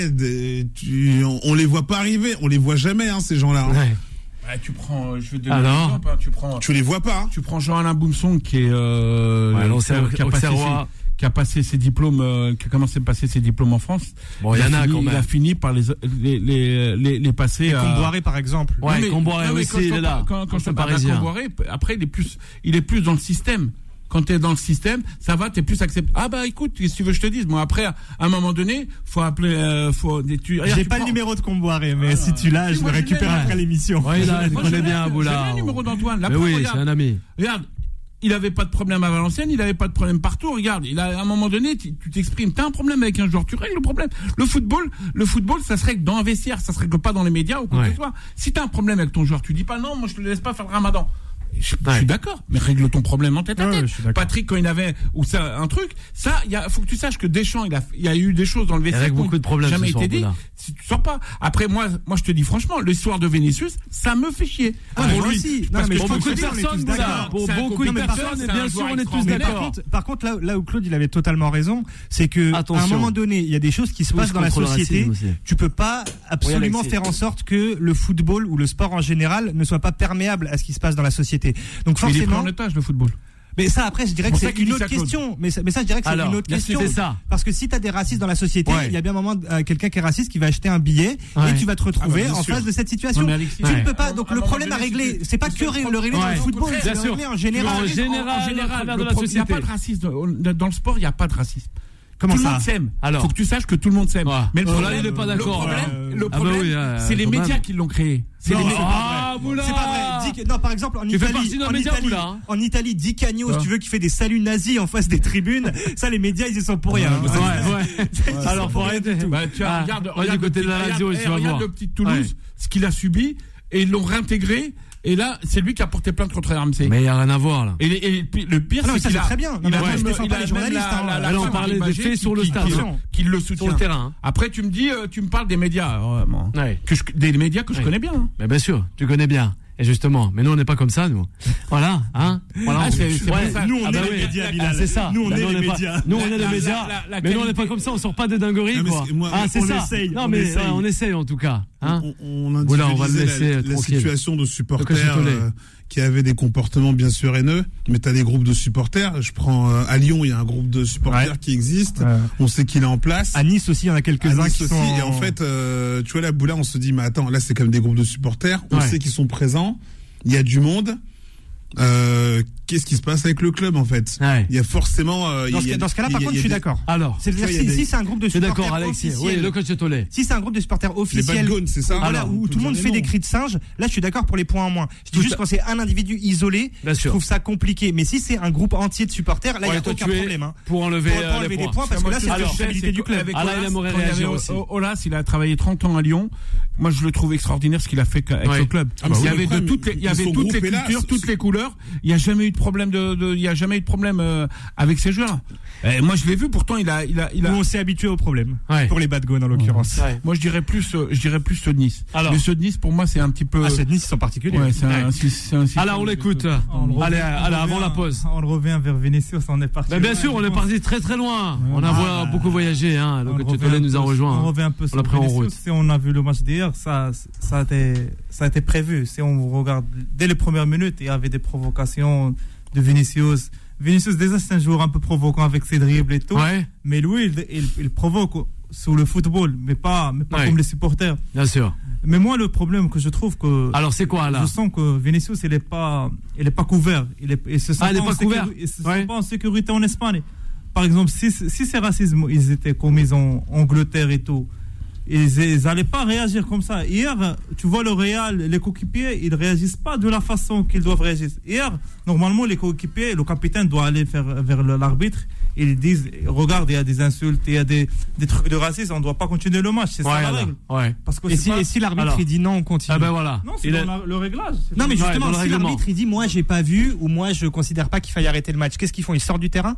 On les voit pas arriver, on les voit jamais, ces gens-là. Tu prends, je vais te donner un exemple. Tu les vois pas. Tu prends Jean-Alain Boumson qui est qui a passé ses diplômes, qui a commencé à passer ses diplômes en France. Bon, il y en a quand même. Il a fini par les passer. Comboiré par exemple. Ouais, Comboiré aussi, il est là. Quand je parle de Comboiré, après il est plus dans le système. Quand t'es dans le système, ça va, t'es plus accepté. Ah bah écoute, si tu veux, je te dise. Moi après, à un moment donné, faut appeler. J'ai pas le numéro de Comboiré, mais si tu l'as, je le récupère après l'émission. Ouais, là, il connaît bien Boula. J'ai le numéro d'Antoine. Oui, c'est un ami. Regarde. Il avait pas de problème à Valenciennes, il avait pas de problème partout. Regarde, à un moment donné, tu t'exprimes. T'as un problème avec un joueur, tu règles le problème. Le football, ça se règle dans un vestiaire, ça se règle pas dans les médias ou quoi que ce soit. Si t'as un problème avec ton joueur, tu dis pas non, moi je te laisse pas faire le Ramadan. Je suis d'accord, mais règle ton problème en tête à tête. Patrick, quand il avait un truc, faut que tu saches que Deschamps, il y a eu des choses dans le vestiaire. Avec beaucoup de problèmes, jamais été dit. Si tu sors pas. Après, moi, je te dis franchement, l'histoire de Vinicius, ça me fait chier. Pour lui aussi. Pour beaucoup de personnes, pour beaucoup de personnes, bien sûr, on est tous d'accord. Par contre, là où Claude, il avait totalement raison, c'est que, à un moment donné, il y a des choses qui se passent dans la société. Tu peux pas absolument faire en sorte que le football ou le sport en général ne soit pas perméable à ce qui se passe dans la société. Donc forcément, il est pris en otage, le football. Mais ça, après, je dirais que c'est une autre question. Mais ça, je dirais que c'est une autre question. C'est ça. Parce que si t'as des racistes dans la société, il y a bien un moment, quelqu'un qui est raciste qui va acheter un billet et tu vas te retrouver en face de cette situation. Tu ne peux pas. Donc le problème à régler, c'est pas que le régler dans le football, c'est le régler en général. En général, dans la société. Il n'y a pas de racisme. Dans le sport, il n'y a pas de racisme. Comment tout ça? Le monde s'aime. Alors, faut que tu saches que tout le monde s'aime. Mais le problème, il est pas d'accord. Le problème, c'est les médias qui l'ont créé. C'est les médias. C'est pas vrai. Non, par exemple, en Italie, Di Canio, si tu veux, qui fait des saluts nazis en face des tribunes. Ça, les médias, ils y sont pour rien. Alors, faut arrêter. Regarde du côté de la radio, tu vas voir. Regarde le petit Toulouse, ce qu'il a subi, et ils l'ont réintégré. Et là, c'est lui qui a porté plainte contre RMC. Mais il n'y a rien à voir, là. Et le pire, c'est qu'il a très bien. Il a les journalistes. On parlait des faits sur le stade. Qui le soutient. Sur le terrain. Après, tu me parles des médias. Des médias que je connais bien. Mais bien sûr, tu connais bien. Et justement, mais nous on n'est pas comme ça, nous. Voilà, Voilà. Nous on est les médias, Bilal. C'est ça. Nous on est les médias. Nous on est les médias. Mais nous on n'est pas comme ça, on sort pas des dingueries, quoi. C'est ça. Non mais on essaye en tout cas. On va le laisser la situation de supporters qui avaient des comportements bien sûr haineux, mais tu as des groupes de supporters. Je prends à Lyon, il y a un groupe de supporters qui existe. On sait qu'il est en place. À Nice aussi, il y en a quelques-uns qui sont. Et en fait, tu vois, la Boula, on se dit, mais attends, là c'est comme des groupes de supporters. On sait qu'ils sont présents. Il y a du monde. qu'est-ce qui se passe avec le club en fait. Il y a forcément. Dans ce cas-là, par contre, je suis d'accord. Alors, si c'est un groupe de supporters d'accord, Alexis. Oui, le coach Tollet. Si c'est un groupe de supporters officiels, les bad guns, c'est ça. Voilà, où tout le monde fait des cris de singe. Là, je suis d'accord pour les points en moins. Je dis juste quand c'est un individu isolé, je trouve ça compliqué. Mais si c'est un groupe entier de supporters, là, il n'y a aucun problème. Pour enlever les points, parce que là, c'est la responsabilité du club. Alain, il aimerait réagir aussi. Olas, il a travaillé 30 ans à Lyon. Moi, je le trouve extraordinaire ce qu'il a fait avec le club. Il y avait toutes les cultures, toutes les couleurs. Il n'y a jamais eu de problème avec ces joueurs. Moi, je l'ai vu. Pourtant, il a. On s'est habitué au problème. Pour les bad guns en l'occurrence. Moi, je dirais plus ceux de Nice. Mais ceux de Nice, pour moi, c'est un petit peu. Ceux de Nice, ils sont particuliers. Alors, on l'écoute. Allez, avant la pause. On revient vers Vinicius. On est parti. Bien sûr, on est parti très très loin. On a beaucoup voyagé. Le coach Tollet nous a rejoint. On revient un peu sur Vinicius. Si on a vu le match d'hier, ça a été prévu. Si on regarde dès les premières minutes, il y avait des provocations de Vinicius. Vinicius, déjà, c'est un joueur un peu provoquant avec ses dribbles et tout. Mais lui, il provoque sur le football, mais pas comme les supporters. Bien sûr. Mais moi, le problème que je trouve que. Alors, c'est quoi là? Je sens que Vinicius, il est pas couvert. Il se sent pas en sécurité en Espagne. Par exemple, si ces racismes, ils étaient commis en Angleterre et tout, ils n'allaient pas réagir comme ça. Hier, tu vois le Real, les coéquipiers, ils ne réagissent pas de la façon qu'ils doivent réagir. Hier, normalement, les coéquipiers, le capitaine doit aller vers l'arbitre. Ils disent, regarde, il y a des insultes, il y a des trucs de racisme, on ne doit pas continuer le match. C'est ça la règle. Parce que si l'arbitre il dit non, on continue. Voilà. Non, c'est dans le réglage. Non, mais justement, si l'arbitre il dit, moi, j'ai pas vu, ou moi, je considère pas qu'il faille arrêter le match, qu'est-ce qu'ils font? Ils sortent du terrain?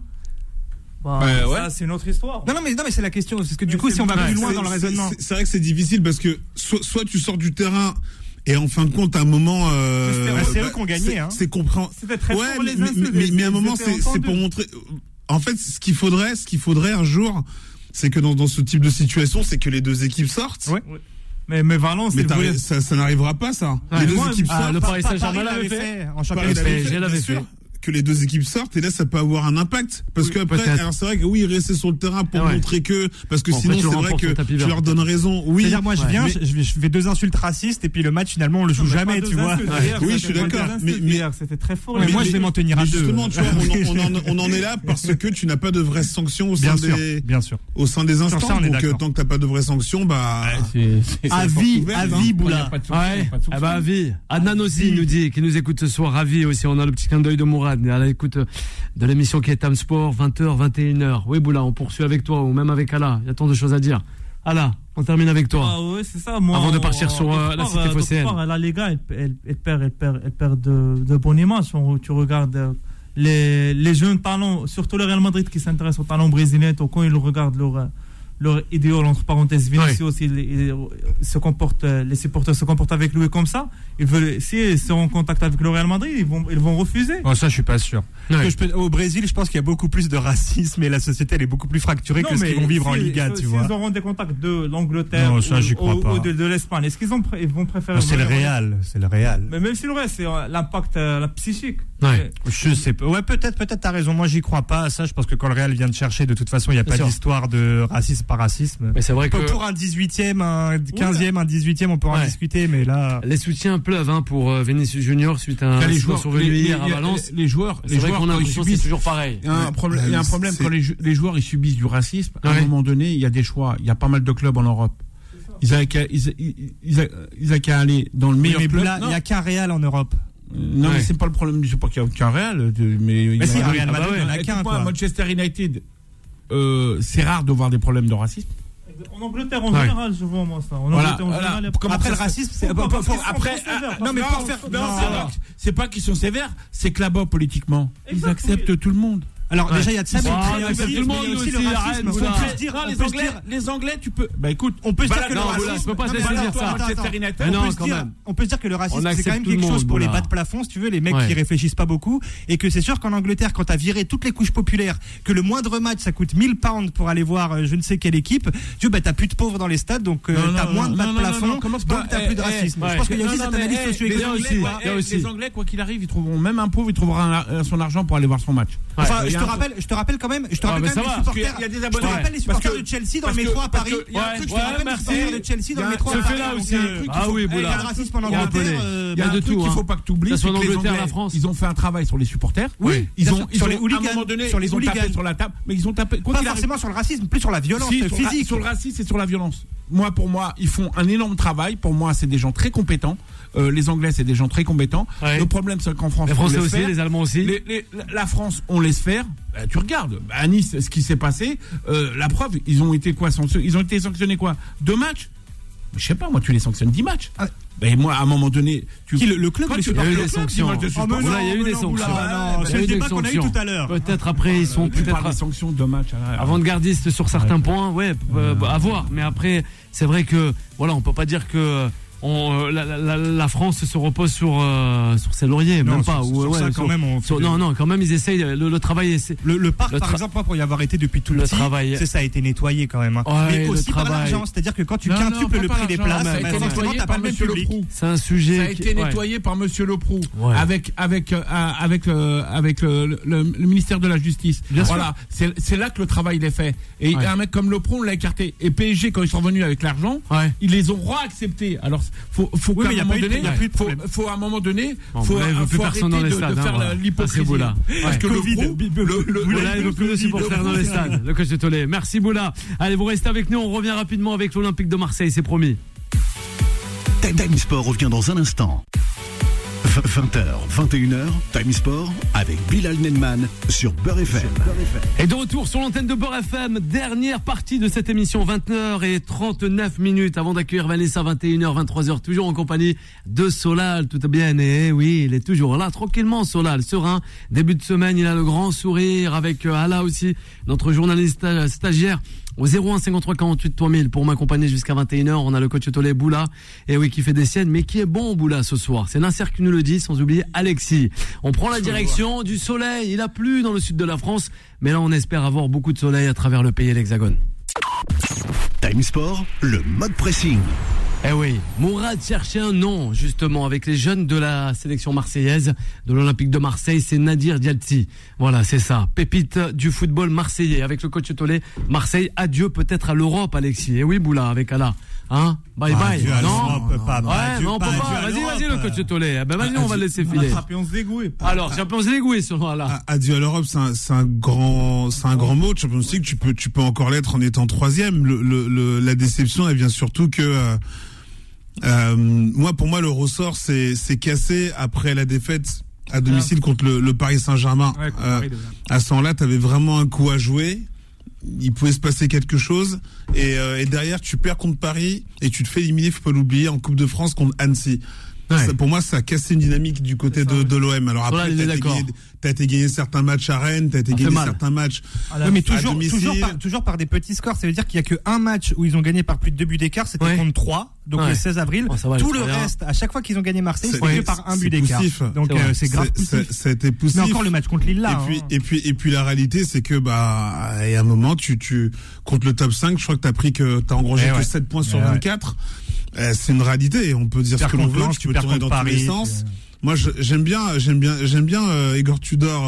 Ça, c'est une autre histoire. Non, mais c'est la question. Parce que du coup, si on va plus loin dans le raisonnement. C'est vrai que c'est difficile parce que soit tu sors du terrain et en fin de compte, à un moment. C'est eux qui ont gagné. C'est compréhensible. C'était très fort les insultes. Mais à un moment, c'est pour montrer. En fait, ce qu'il faudrait un jour, c'est que dans ce type de situation, c'est que les deux équipes sortent. Mais Valence, ça n'arrivera pas, ça. Les deux équipes sortent. Le Paris Saint-Germain l'avait fait. En championnat, l'avait fait. Que les deux équipes sortent et là ça peut avoir un impact parce que après alors c'est vrai que oui rester sur le terrain pour montrer que parce que sinon c'est vrai que tu leur donnes raison. Oui, c'est-à-dire moi je viens je fais deux insultes racistes et puis le match finalement on le joue jamais, tu vois. Oui, je suis d'accord, mais c'était très fort. Mais moi je vais m'en tenir à deux. Justement, tu vois, on en est là parce que tu n'as pas de vraies sanctions au sein des instants. Donc tant que t'as pas de vraies sanctions, avis Boula. Avis. Adnan aussi nous dit qui nous écoute ce soir, ravi aussi. On a le petit clin d'œil de Mourad à l'écoute de l'émission qui est Tam Sport, 20h, 21h. Oui, Boula, on poursuit avec toi ou même avec Ala. Il y a tant de choses à dire. Ala, on termine avec toi. C'est ça, moi. Avant de partir sur la cité phocéenne. La Liga, elle perd de bonnes images. Tu regardes les jeunes talents, surtout le Real Madrid qui s'intéresse aux talents brésiliens, quand ils regardent leur idéal, entre parenthèses, Vinicius, les supporters se comportent avec lui comme ça. S'ils sont en contact avec le Real Madrid, ils vont refuser. Ça, je suis pas sûr. Au Brésil, je pense qu'il y a beaucoup plus de racisme et la société elle est beaucoup plus fracturée que ce qu'ils vont vivre en Liga, tu vois. S'ils auront des contacts de l'Angleterre ou de l'Espagne, est-ce ils vont préférer? C'est le Real. Mais même si le Real, c'est l'impact psychique. Je sais pas. Peut-être t'as raison. Moi, j'y crois pas à ça. Je pense que quand le Real vient de chercher, de toute façon, il n'y a pas d'histoire de racisme par racisme. Mais c'est vrai que pour un 18e, un 15e, un 18e, on peut en discuter, mais là les soutiens pleuvent pour Vinicius Junior suite à un incident survenu hier à Valence. Les joueurs qu'on a l'impression c'est toujours pareil. Il y a un problème quand les joueurs ils subissent du racisme. À un moment donné, il y a des choix. Il y a pas mal de clubs en Europe. Ils avaient qu'à aller dans le meilleur club. Il n'y a qu'un Real en Europe. Non, mais c'est pas le problème. C'est pas qu'il y a qu'un Real. Mais si, Real Madrid, il y en a qu'un. Manchester United, c'est rare de voir des problèmes de racisme. En Angleterre, en général, je vois moi ça. Après le racisme, c'est c'est pas qu'ils sont sévères, c'est que là-bas politiquement, ils acceptent tout le monde. Alors déjà il y a de ça, tout le monde aussi le racisme. On peut se dire les Anglais, tu peux. Écoute, on peut se dire que le racisme, peut pas se dire ça. On peut se dire que le racisme c'est quand même quelque chose pour les bas de plafond, si tu veux, les mecs qui réfléchissent pas beaucoup, et que c'est sûr qu'en Angleterre, quand t'as viré toutes les couches populaires, que le moindre match ça coûte 1000 pounds pour aller voir je ne sais quelle équipe, tu vois, t'as plus de pauvres dans les stades, donc t'as moins de bas de plafond, donc t'as plus de racisme. Je pense qu'il y a aussi cette analyse socio-économique. Les Anglais, quoi qu'il arrive, ils trouveront même un pauvre, il trouvera son argent pour aller voir son match. Enfin, je te rappelle quand même les supporters. Il y a des Je te rappelle les supporters de Chelsea dans le métro à Paris. Il y a un truc, je te rappelle les supporters de Chelsea dans le métro à Paris. là aussi. Ah oui, il y a le racisme en Angleterre. Il y a un truc qu'il faut pas que tu oublies, c'est que les Anglais, la France. ils ont fait un travail sur les supporters. Oui, ils ont sur les hooligans, à un moment donné, sur les ils ont tapé sur la table, mais ils ont tapé pas forcément sur le racisme, plus sur la violence physique. Sur le racisme et sur la violence. Pour moi, ils font un énorme travail. Pour moi, c'est des gens très compétents. Les Anglais, c'est des gens très compétents. Ouais. Le problème, c'est qu'en France, les Français aussi, les Allemands aussi. La France, on laisse faire. Tu regardes à Nice ce qui s'est passé. La preuve, ils ont été sanctionnés quoi 2 matchs. Je sais pas, moi, tu les sanctionnes 10 matchs. Ben moi, à un moment donné, le club, il y a eu des sanctions. Il y a eu des sanctions. C'est le débat qu'on a eu tout à l'heure. Peut-être après, ils sont peut-être des sanctions de match. Avant-gardistes sur certains points, à voir. Mais après, c'est vrai que on peut pas dire que la France se repose sur ses lauriers, non, même pas. Quand même, ils essayent le travail. Le parc, par exemple, pour y avoir été depuis tout le petit, travail. Ça a été nettoyé quand même. Mais aussi par l'argent, c'est-à-dire que quand tu quintuples le prix des places, ça a été nettoyé par Monsieur Leproux. C'est un sujet. Ça a été nettoyé par Monsieur Leproux avec le ministère de la Justice. Voilà, c'est là que le travail est fait. Et un mec comme Leproux, on l'a écarté. Et PSG, quand ils sont revenus avec l'argent, ils les ont réacceptés. Alors faut qu'à un moment donné, faut à un moment donné, faut arrêter de faire l'hypocrisie. Parce que il veut plus de supporters dans les stades. Le coach de Tollet. Merci Boula. Allez, vous restez avec nous. On revient rapidement avec l'Olympique de Marseille, c'est promis. Time Sport revient dans un instant. 20h, 21h, Time Sport avec Bilal Nenman sur Beurre FM. Et de retour sur l'antenne de Beurre FM, dernière partie de cette émission, 20h39 avant d'accueillir Vanessa, 21h, 23h, toujours en compagnie de Solal, tout est bien, et oui, il est toujours là, tranquillement Solal, serein, début de semaine, il a le grand sourire avec Ala aussi, notre journaliste stagiaire. Au 01 53 48 3000 pour m'accompagner jusqu'à 21h. On a le coach Tollet Boula, et oui, qui fait des siennes, mais qui est bon Boula ce soir. C'est Nasser qui nous le dit, sans oublier Alexis. On prend la direction du soleil. Il a plu dans le sud de la France, mais là on espère avoir beaucoup de soleil à travers le pays et l'Hexagone. Time Sport, le mode pressing. Eh oui, Mourad cherchait un nom, justement, avec les jeunes de la sélection marseillaise, de l'Olympique de Marseille, c'est Nadir Dialti. Voilà, c'est ça. Pépite du football marseillais. Avec le coach Tollet, Marseille, adieu peut-être à l'Europe, Alexis. Eh oui, Boula, avec Allah. Hein? Bye bye. Non, on peut pas. On peut pas. Vas-y, le coach Tollet. Eh ben, vas-y, on va le laisser filer. Champions League. Alors, Champions League, selon là. Adieu à l'Europe, c'est un grand mot. Champions League, tu peux encore l'être en étant 3e. La déception, elle vient surtout que, pour moi, le ressort c'est cassé après la défaite à domicile contre le Paris Saint-Germain. À ce moment-là, t'avais vraiment un coup à jouer. Il pouvait se passer quelque chose, et derrière tu perds contre Paris et tu te fais éliminer, faut pas l'oublier, en Coupe de France contre Annecy. Ça, pour moi, ça a cassé une dynamique du côté de l'OM. Alors après, t'as été gagné certains matchs à Rennes, t'as été gagné certains matchs mais toujours par des petits scores. Ça veut dire qu'il y a que un match où ils ont gagné par plus de 2 buts d'écart, c'était contre 3, donc le 16 avril. Tout le reste, à chaque fois qu'ils ont gagné Marseille, c'était par un but d'écart. Donc c'est grave. Ça a été poussif. Mais encore le match contre Lille là. Et puis la réalité, c'est que il y a un moment, tu contre le top 5, je crois que t'as engrangé que 7 points sur 24. C'est une réalité, on peut dire ce que l'on veut, tu peux tourner dans tous les sens. Moi, j'aime bien Igor Tudor.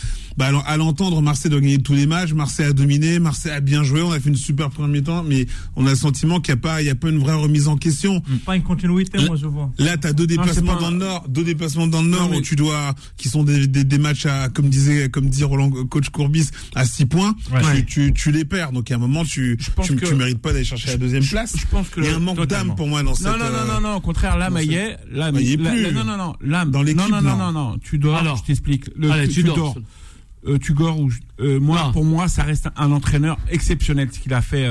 À l'entendre, Marseille doit gagner tous les matchs. Marseille a dominé, Marseille a bien joué. On a fait une super première mi-temps, mais on a le sentiment qu'il y a pas une vraie remise en question. Pas une continuité, moi je vois. Là, t'as deux déplacements dans le Nord, où qui sont des matchs comme dit Roland, coach Courbis, à 6 points. Tu les perds. Donc à un moment, tu mérites pas d'aller chercher la deuxième place. Je pense que il y a un manque d'âme pour moi dans cette. Non, au contraire, l'âme y est. L'âme y est plus. Non, l'âme dans l'équipe. Non, tu dors. Alors, je t'explique. Tudor, pour moi, ça reste un entraîneur exceptionnel ce qu'il a fait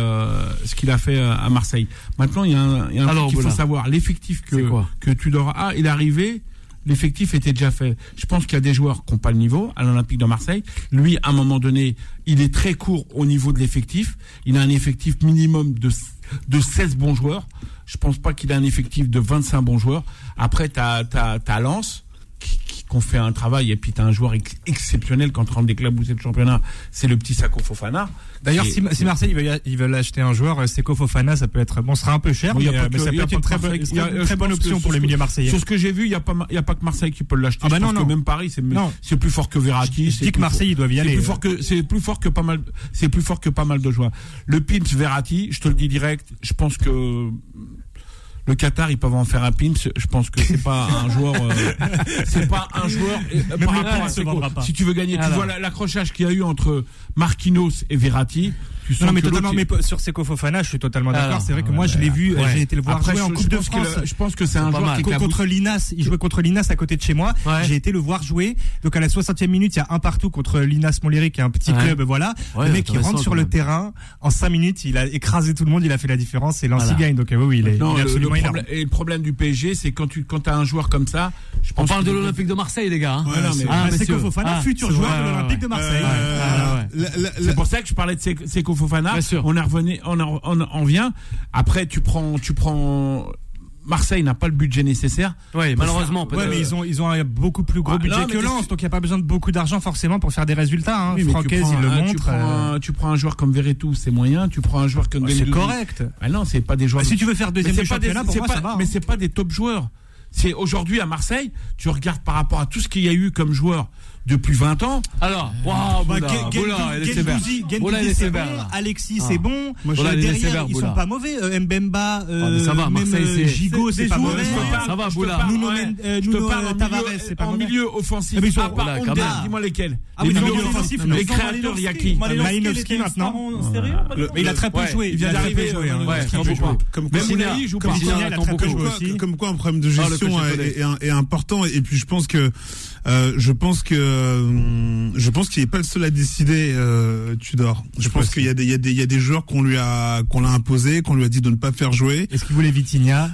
à Marseille. Maintenant, il y a un truc qu'il faut savoir. L'effectif que Tudor a, il est arrivé. L'effectif était déjà fait. Je pense qu'il y a des joueurs qui n'ont pas le niveau à l'Olympique de Marseille. Lui, à un moment donné, il est très court au niveau de l'effectif. Il a un effectif minimum de 16 bons joueurs. Je pense pas qu'il a un effectif de 25 bons joueurs. Après, t'as Lens, qui qui ont fait un travail, et puis t'as un joueur exceptionnel quand tu rentres d'éclabousser le championnat, c'est le petit Seko Fofana. D'ailleurs, si Marseille ils veulent acheter un joueur, Seko Fofana, ça peut être bon, ce sera un peu cher, mais ça peut être une très bonne option pour le milieu marseillais. Sur ce que j'ai vu, il y a pas que Marseille qui peut l'acheter. Je pense que même Paris, c'est plus fort que Verratti. Je dis que Marseille, ils doivent y aller. C'est plus fort que pas mal de joueurs. Le Pimps Verratti, je te le dis direct, je pense que le Qatar, ils peuvent en faire un Pimps. Je pense que c'est pas un joueur. C'est pas un joueur. Par rapport à Seko. Si tu veux gagner, tu vois l'accrochage qu'il y a eu entre Marquinhos et Verratti. Non, mais totalement, mais sur Seko Fofana, je suis totalement d'accord. C'est vrai que moi, je l'ai vu, j'ai été le voir jouer en Coupe de France. Je pense que c'est un joueur qui contre Linas. Il jouait contre Linas à côté de chez moi. J'ai été le voir jouer. Donc, à la 60e minute, il y a un partout contre Linas Montléry, qui est un petit club, voilà. Le mec, il rentre sur le terrain. En 5 minutes, il a écrasé tout le monde, il a fait la différence et Lancy gagne. Donc, oui, il est absolument énorme. Et le problème du PSG, c'est quand t'as un joueur comme ça. On parle de l'Olympique de Marseille, les gars. Seko Fofana, futur joueur de l'Olympique de Marseille. C'est pour ça que je parlais de Seko Fofana. On vient. Après, tu prends. Marseille n'a pas le budget nécessaire. Oui, malheureusement. Mais ils ont un beaucoup plus gros budget que Lens, donc il n'y a pas besoin de beaucoup d'argent forcément pour faire des résultats. Francaise, il le montre. Tu prends un joueur comme Veretout, c'est moyen. Tu prends un joueur comme c'est correct. Non, c'est pas des joueurs. Si tu veux faire deuxième du championnat, pour moi, ça va. Mais c'est pas des top joueurs. C'est aujourd'hui à Marseille, tu regardes par rapport à tout ce qu'il y a eu comme joueur depuis 20 ans. Alors, Gendouzi, c'est bon, Alexis, c'est bon. Derrière, ils sont pas mauvais. Mbemba, même Gigot, c'est pas mauvais. Ça va, Boula. Nuno Tavares, c'est pas mauvais. En milieu offensif, dis-moi lesquels. Les milieux offensifs, les créateurs, il y a qui? Malinowski maintenant. Mais il a très peu joué. Il vient d'arriver. Comme quoi, un problème de gestion est important. Et puis, je pense qu'il est pas le seul à décider, Tudor. Je pense qu'il y a des joueurs qu'on l'a imposé, qu'on lui a dit de ne pas faire jouer. Est-ce qu'il voulait Vitinha?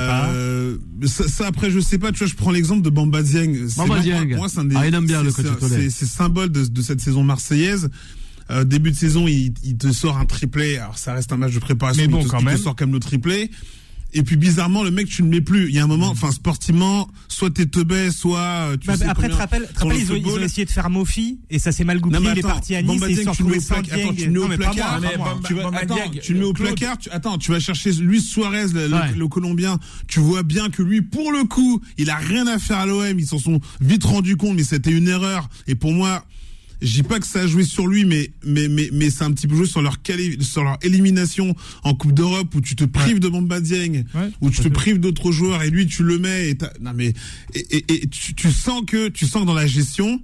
Je sais pas. Ça après, je sais pas. Tu vois, je prends l'exemple de Bamba Dieng. Moi, il aime bien le coach. C'est symbole de cette saison marseillaise. Début de saison, il te sort un triplé. Alors, ça reste un match de préparation. Mais bon, il te sort quand même le triplé. Et puis bizarrement, le mec, tu ne le mets plus. Il y a un moment, enfin sportivement, soit t'es teubé, soit tu sais. Après, tu te rappelles, ils ont essayé de faire Mofi et ça s'est mal goupillé. Il est parti à Nice et il s'est retrouvé sans Dieng. Tu le mets au placard. Tu le mets au placard. Tu vas chercher Luis Suarez, le Colombien. Tu vois bien que lui, pour le coup, il a rien à faire à l'OM. Ils s'en sont vite rendus compte, mais c'était une erreur. Et pour moi, je dis pas que ça a joué sur lui, mais c'est un petit peu joué sur leur élimination en Coupe d'Europe où tu te prives de Bamba Dieng, où tu te prives d'autres joueurs et lui tu le mets et tu sens que dans la gestion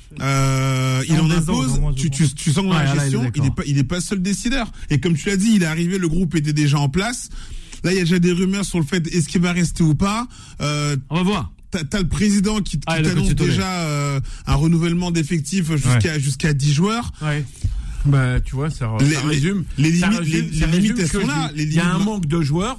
il en impose. Tu sens que dans la gestion il est pas seul décideur. Et comme tu l'as dit, il est arrivé, le groupe était déjà en place. Là, il y a déjà des rumeurs sur le fait est-ce qu'il va rester ou pas. On va voir. T'as le président qui t'annonce déjà un renouvellement d'effectifs jusqu'à 10 joueurs. Ouais. Bah, tu vois, ça résume. Les limites, elles sont là. Il y a un manque de joueurs.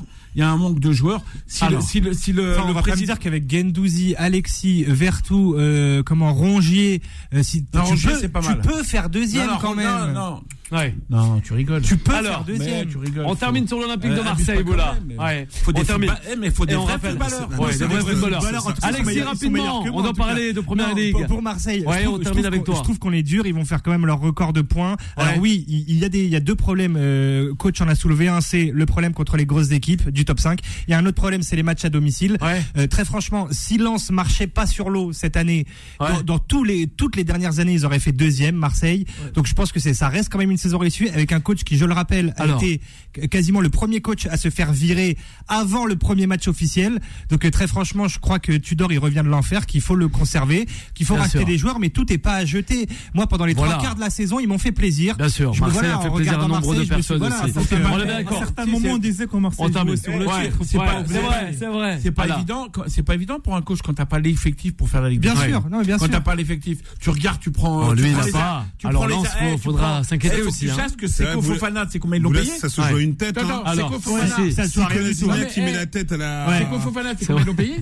On va pas me dire qu'avec Gendouzi, Alexis, Vertou, Rongier, tu peux faire deuxième quand même. Non, tu rigoles. Tu peux faire deuxième. On termine sur l'Olympique de Marseille, Boula. Mais faut des vrais footballeurs. Alexis, rapidement, on doit parler de Première Ligue. Pour Marseille, on termine avec toi. Je trouve qu'on est dur, ils vont faire quand même leur record de points. Alors oui, il y a deux problèmes. Coach en a soulevé un, c'est le problème contre les grosses équipes du top 5. Il y a un autre problème, c'est les matchs à domicile. Très franchement, si Lens marchait pas sur l'eau cette année, dans toutes les dernières années, ils auraient fait deuxième, Marseille. Donc je pense que ça reste quand même une saison réussie avec un coach qui, je le rappelle, a été quasiment le premier coach à se faire virer avant le premier match officiel. Donc très franchement, je crois que Tudor, il revient de l'enfer, qu'il faut le conserver, qu'il faut racheter des joueurs, mais tout n'est pas à jeter. Moi, pendant les 3 quarts de la saison, ils m'ont fait plaisir. Bien sûr, Marseille a fait plaisir à un nombre de personnes aussi. On est d'accord. À un certain moment, on disait qu'on Marseille jouait sur le titre. C'est vrai. C'est pas évident pour un coach quand t'as pas l'effectif pour faire la Ligue. Bien sûr. Quand t'as pas l'effectif, tu regardes, tu prends. Lui, il n'a pas. Alors Lens, faudra s'inquiéter aussi. Tu sais que Seko Fofana, c'est combien ils l'ont payé? Ça se joue à une tête. Seko Fofana, qui met la tête à la. Seko Fofana, c'est combien ils l'ont payé?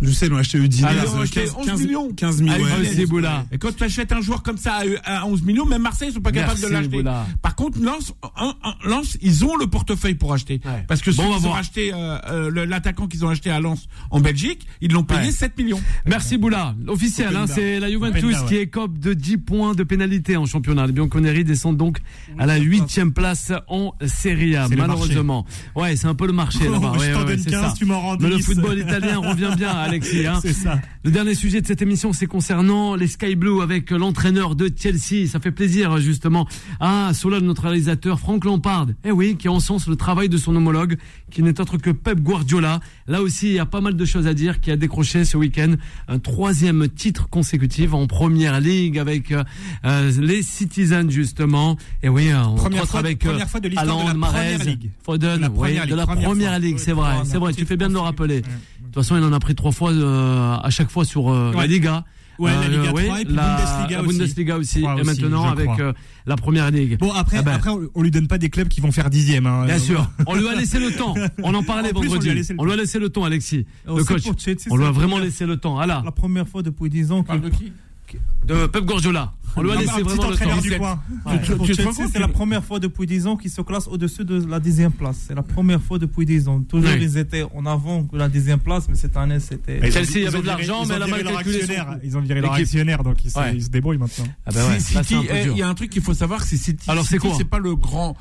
Je sais, ils l'ont acheté Udinese. Ils ont acheté 11 millions. 15 millions. Et quand tu achètes un joueur comme ça à 11 millions, même Marseille, ils sont pas capables de l'acheter. Boula. Par contre, Lens, ils ont le portefeuille pour acheter. Ouais. Parce que ceux qui ont acheté, l'attaquant qu'ils ont acheté à Lens en Belgique, ils l'ont payé 7 millions. Merci Boula. Officiel, c'est la Juventus qui écope de 10 points de pénalité en championnat. Les Bianconeri descendent donc à la 8e place en Serie A, malheureusement. Ouais, c'est un peu le marché là-bas. Je t'en donne 15, tu m'en rends 10. Mais le football italien revient bien, Alexis. C'est ça. Le dernier sujet de cette émission, c'est concernant les Sky Blues avec l'entraîneur de Chelsea. Ça fait plaisir, justement, à Solal, notre réalisateur, Frank Lampard. Eh oui, qui encense le travail de son homologue, qui n'est autre que Pep Guardiola. Là aussi, il y a pas mal de choses à dire, qui a décroché ce week-end un 3e titre consécutif en Première Ligue avec les Citizens, justement. Et oui, on première fois de l'histoire de la Première Ligue. Foden, de la Première Ligue, c'est vrai, tu fais bien de le rappeler. De toute façon, il en a pris 3 fois à chaque fois sur la Liga. Ouais, la Liga 3 et puis la Bundesliga aussi. Et maintenant avec la Première Ligue. Bon, après, on lui donne pas des clubs qui vont faire 10e. Hein. Bien sûr. On lui a laissé le temps. On en parlait vendredi. On lui a laissé le temps, Alexis. Le coach. On lui a vraiment laissé le temps. La première fois depuis 10 ans. De qui? De Pep Guardiola. On lui a laissé vraiment le temps. Du coin. C'est la première fois depuis 10 ans qu'ils se classent au-dessus de la 10e place. C'est la première fois depuis 10 ans. Toujours ils étaient en avant que la 10e place, mais cette année c'était. Chelsea, il y avait de l'argent, mais elle a mal calculé. Ils ont viré leur actionnaire, donc ils se débrouillent maintenant. City, il y a un truc qu'il faut savoir, c'est City. Alors c'est quoi? C'est pas le grand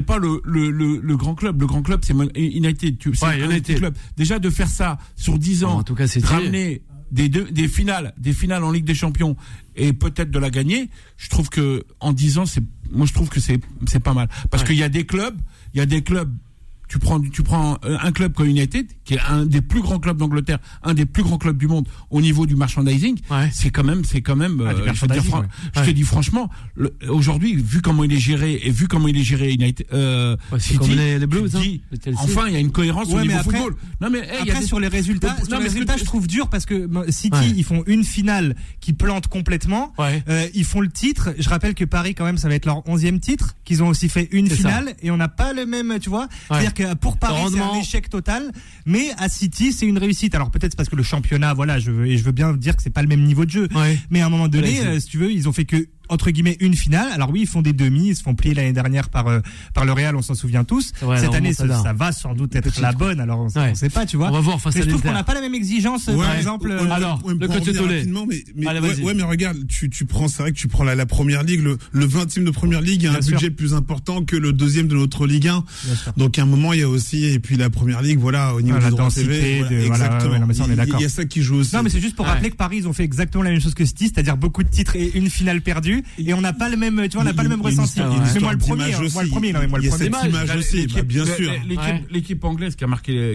grand club. Le grand club, c'est United. C'est un club. Déjà de faire ça sur 10 ans, en tout cas, c'est ramener des finales en Ligue des Champions et peut-être de la gagner, je trouve que en 10 ans je trouve que c'est pas mal parce qu'il y a des clubs, tu prends un club comme United qui est un des plus grands clubs d'Angleterre, un des plus grands clubs du monde au niveau du merchandising, c'est quand même je te dis franchement, aujourd'hui vu comment il est géré United City, comme les Blues, enfin il y a une cohérence au niveau football. Non mais après sur les résultats, je trouve dur parce que City ils font une finale qui plante complètement, ils font le titre, je rappelle que Paris quand même ça va être leur 11e titre, qu'ils ont aussi fait une finale et on n'a pas le même, tu vois, c'est-à-dire que pour Paris c'est un échec total, mais à City c'est une réussite. Alors peut-être parce que le championnat, je veux bien dire que c'est pas le même niveau de jeu, mais à un moment donné, si tu veux, ils ont fait que entre guillemets une finale. Alors oui, ils font des demi, ils se font plier l'année dernière par le Real, on s'en souvient tous. Cette année ça va sans doute être la bonne, alors on sait pas, tu vois. On va voir face à l'Inter. Je trouve qu'on n'a pas la même exigence par exemple. Alors le coach Tolé. Mais regarde, tu prends, c'est vrai que tu prends la Première Ligue, le 20e de Première Ligue a un budget plus important que le 2e de notre Ligue 1. Donc à un moment il y a aussi, et puis la Première Ligue, voilà, au niveau de la densité, exactement. Il y a ça qui joue aussi. Non mais c'est juste pour rappeler que Paris ils ont fait exactement la même chose que City, c'est-à-dire beaucoup de titres et une finale perdue. Et on n'a pas le même, tu vois, on n'a pas le même ressenti. Mais moi le premier, il y a cette image aussi, bien sûr. L'équipe anglaise qui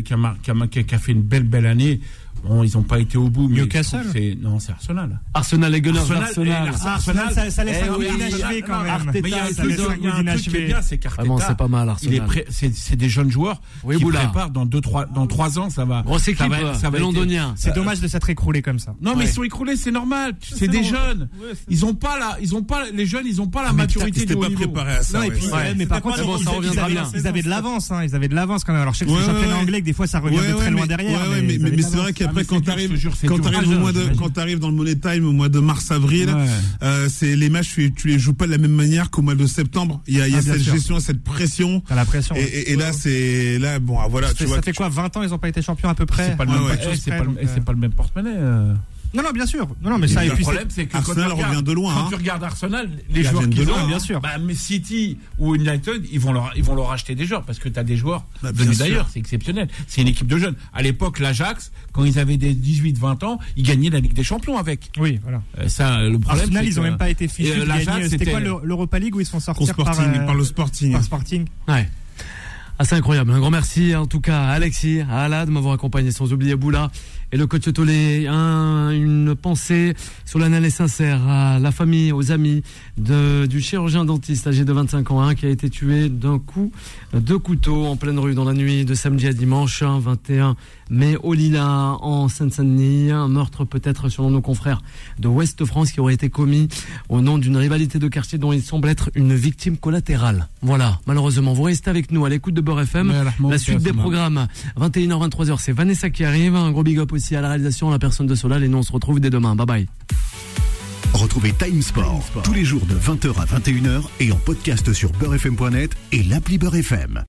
a fait une belle année. Bon, ils n'ont pas été au bout. Newcastle. C'est Arsenal. Arsenal, les Gunners Arsenal, ça laisse un goût inachevé quand même. Mais il y a un truc qui est bien, c'est qu'Arteta. Vraiment, c'est pas mal, Arsenal. C'est des jeunes joueurs qui préparent dans 3 ans, ça va. Grosse équipe, les Londoniens. C'est dommage de s'être écroulé comme ça. Non, mais ils sont écroulés, c'est normal. C'est des jeunes. Les jeunes, ils ont pas la maturité du haut niveau. Préparés à ça. Mais par contre, ils avaient de l'avance, hein. Ils avaient de l'avance quand même. Alors, je sais que le championnat anglais, des fois, ça revient de très loin derrière. Mais c'est vrai qu'après, quand t'arrives dans le Money Time au mois de mars-avril, c'est les matchs, tu les joues pas de la même manière qu'au mois de septembre. Il y a cette gestion, cette pression. T'as la pression. Et là, bon, voilà, tu vois. Ça fait quoi, 20 ans, ils ont pas été champions à peu près? C'est pas le même porte-monnaie. Non, bien sûr. Non, mais ça, le problème, c'est que Arsenal revient de loin. Quand tu regardes Arsenal, les joueurs qui ont, bien sûr. Mais City ou United, ils vont leur acheter des joueurs parce que tu as des joueurs venus d'ailleurs. C'est exceptionnel. C'est une équipe de jeunes. À l'époque, l'Ajax, quand ils avaient des 18-20 ans, ils gagnaient la Ligue des Champions avec. Oui, voilà. Ça, le problème, Arsenal, ils ont même pas été fichus de gagner. C'était quoi l'Europa League où ils sont sortis par le Sporting. Par Sporting. Ouais. Ah, c'est incroyable. Un grand merci en tout cas à Alexis, à Alad de m'avoir accompagné, sans oublier Boula et le coach Tolé. Une pensée solennelle et sincère à la famille, aux amis du chirurgien dentiste âgé de 25 ans qui a été tué d'un coup de couteau en pleine rue dans la nuit de samedi à dimanche 21 mai au Lilas en Seine-Saint-Denis. Un meurtre peut-être selon nos confrères de Ouest France qui aurait été commis au nom d'une rivalité de quartier dont il semble être une victime collatérale. Voilà, malheureusement. Vous restez avec nous à l'écoute de Beurre FM. La suite des programmes 21h, 23h, c'est Vanessa qui arrive. Un gros big up aussi aussi à la réalisation, la personne de Solal. Et nous, on se retrouve dès demain. Bye bye. Retrouvez Time Sport tous les jours de 20h à 21h et en podcast sur beurrefm.net et l'appli Beurre FM.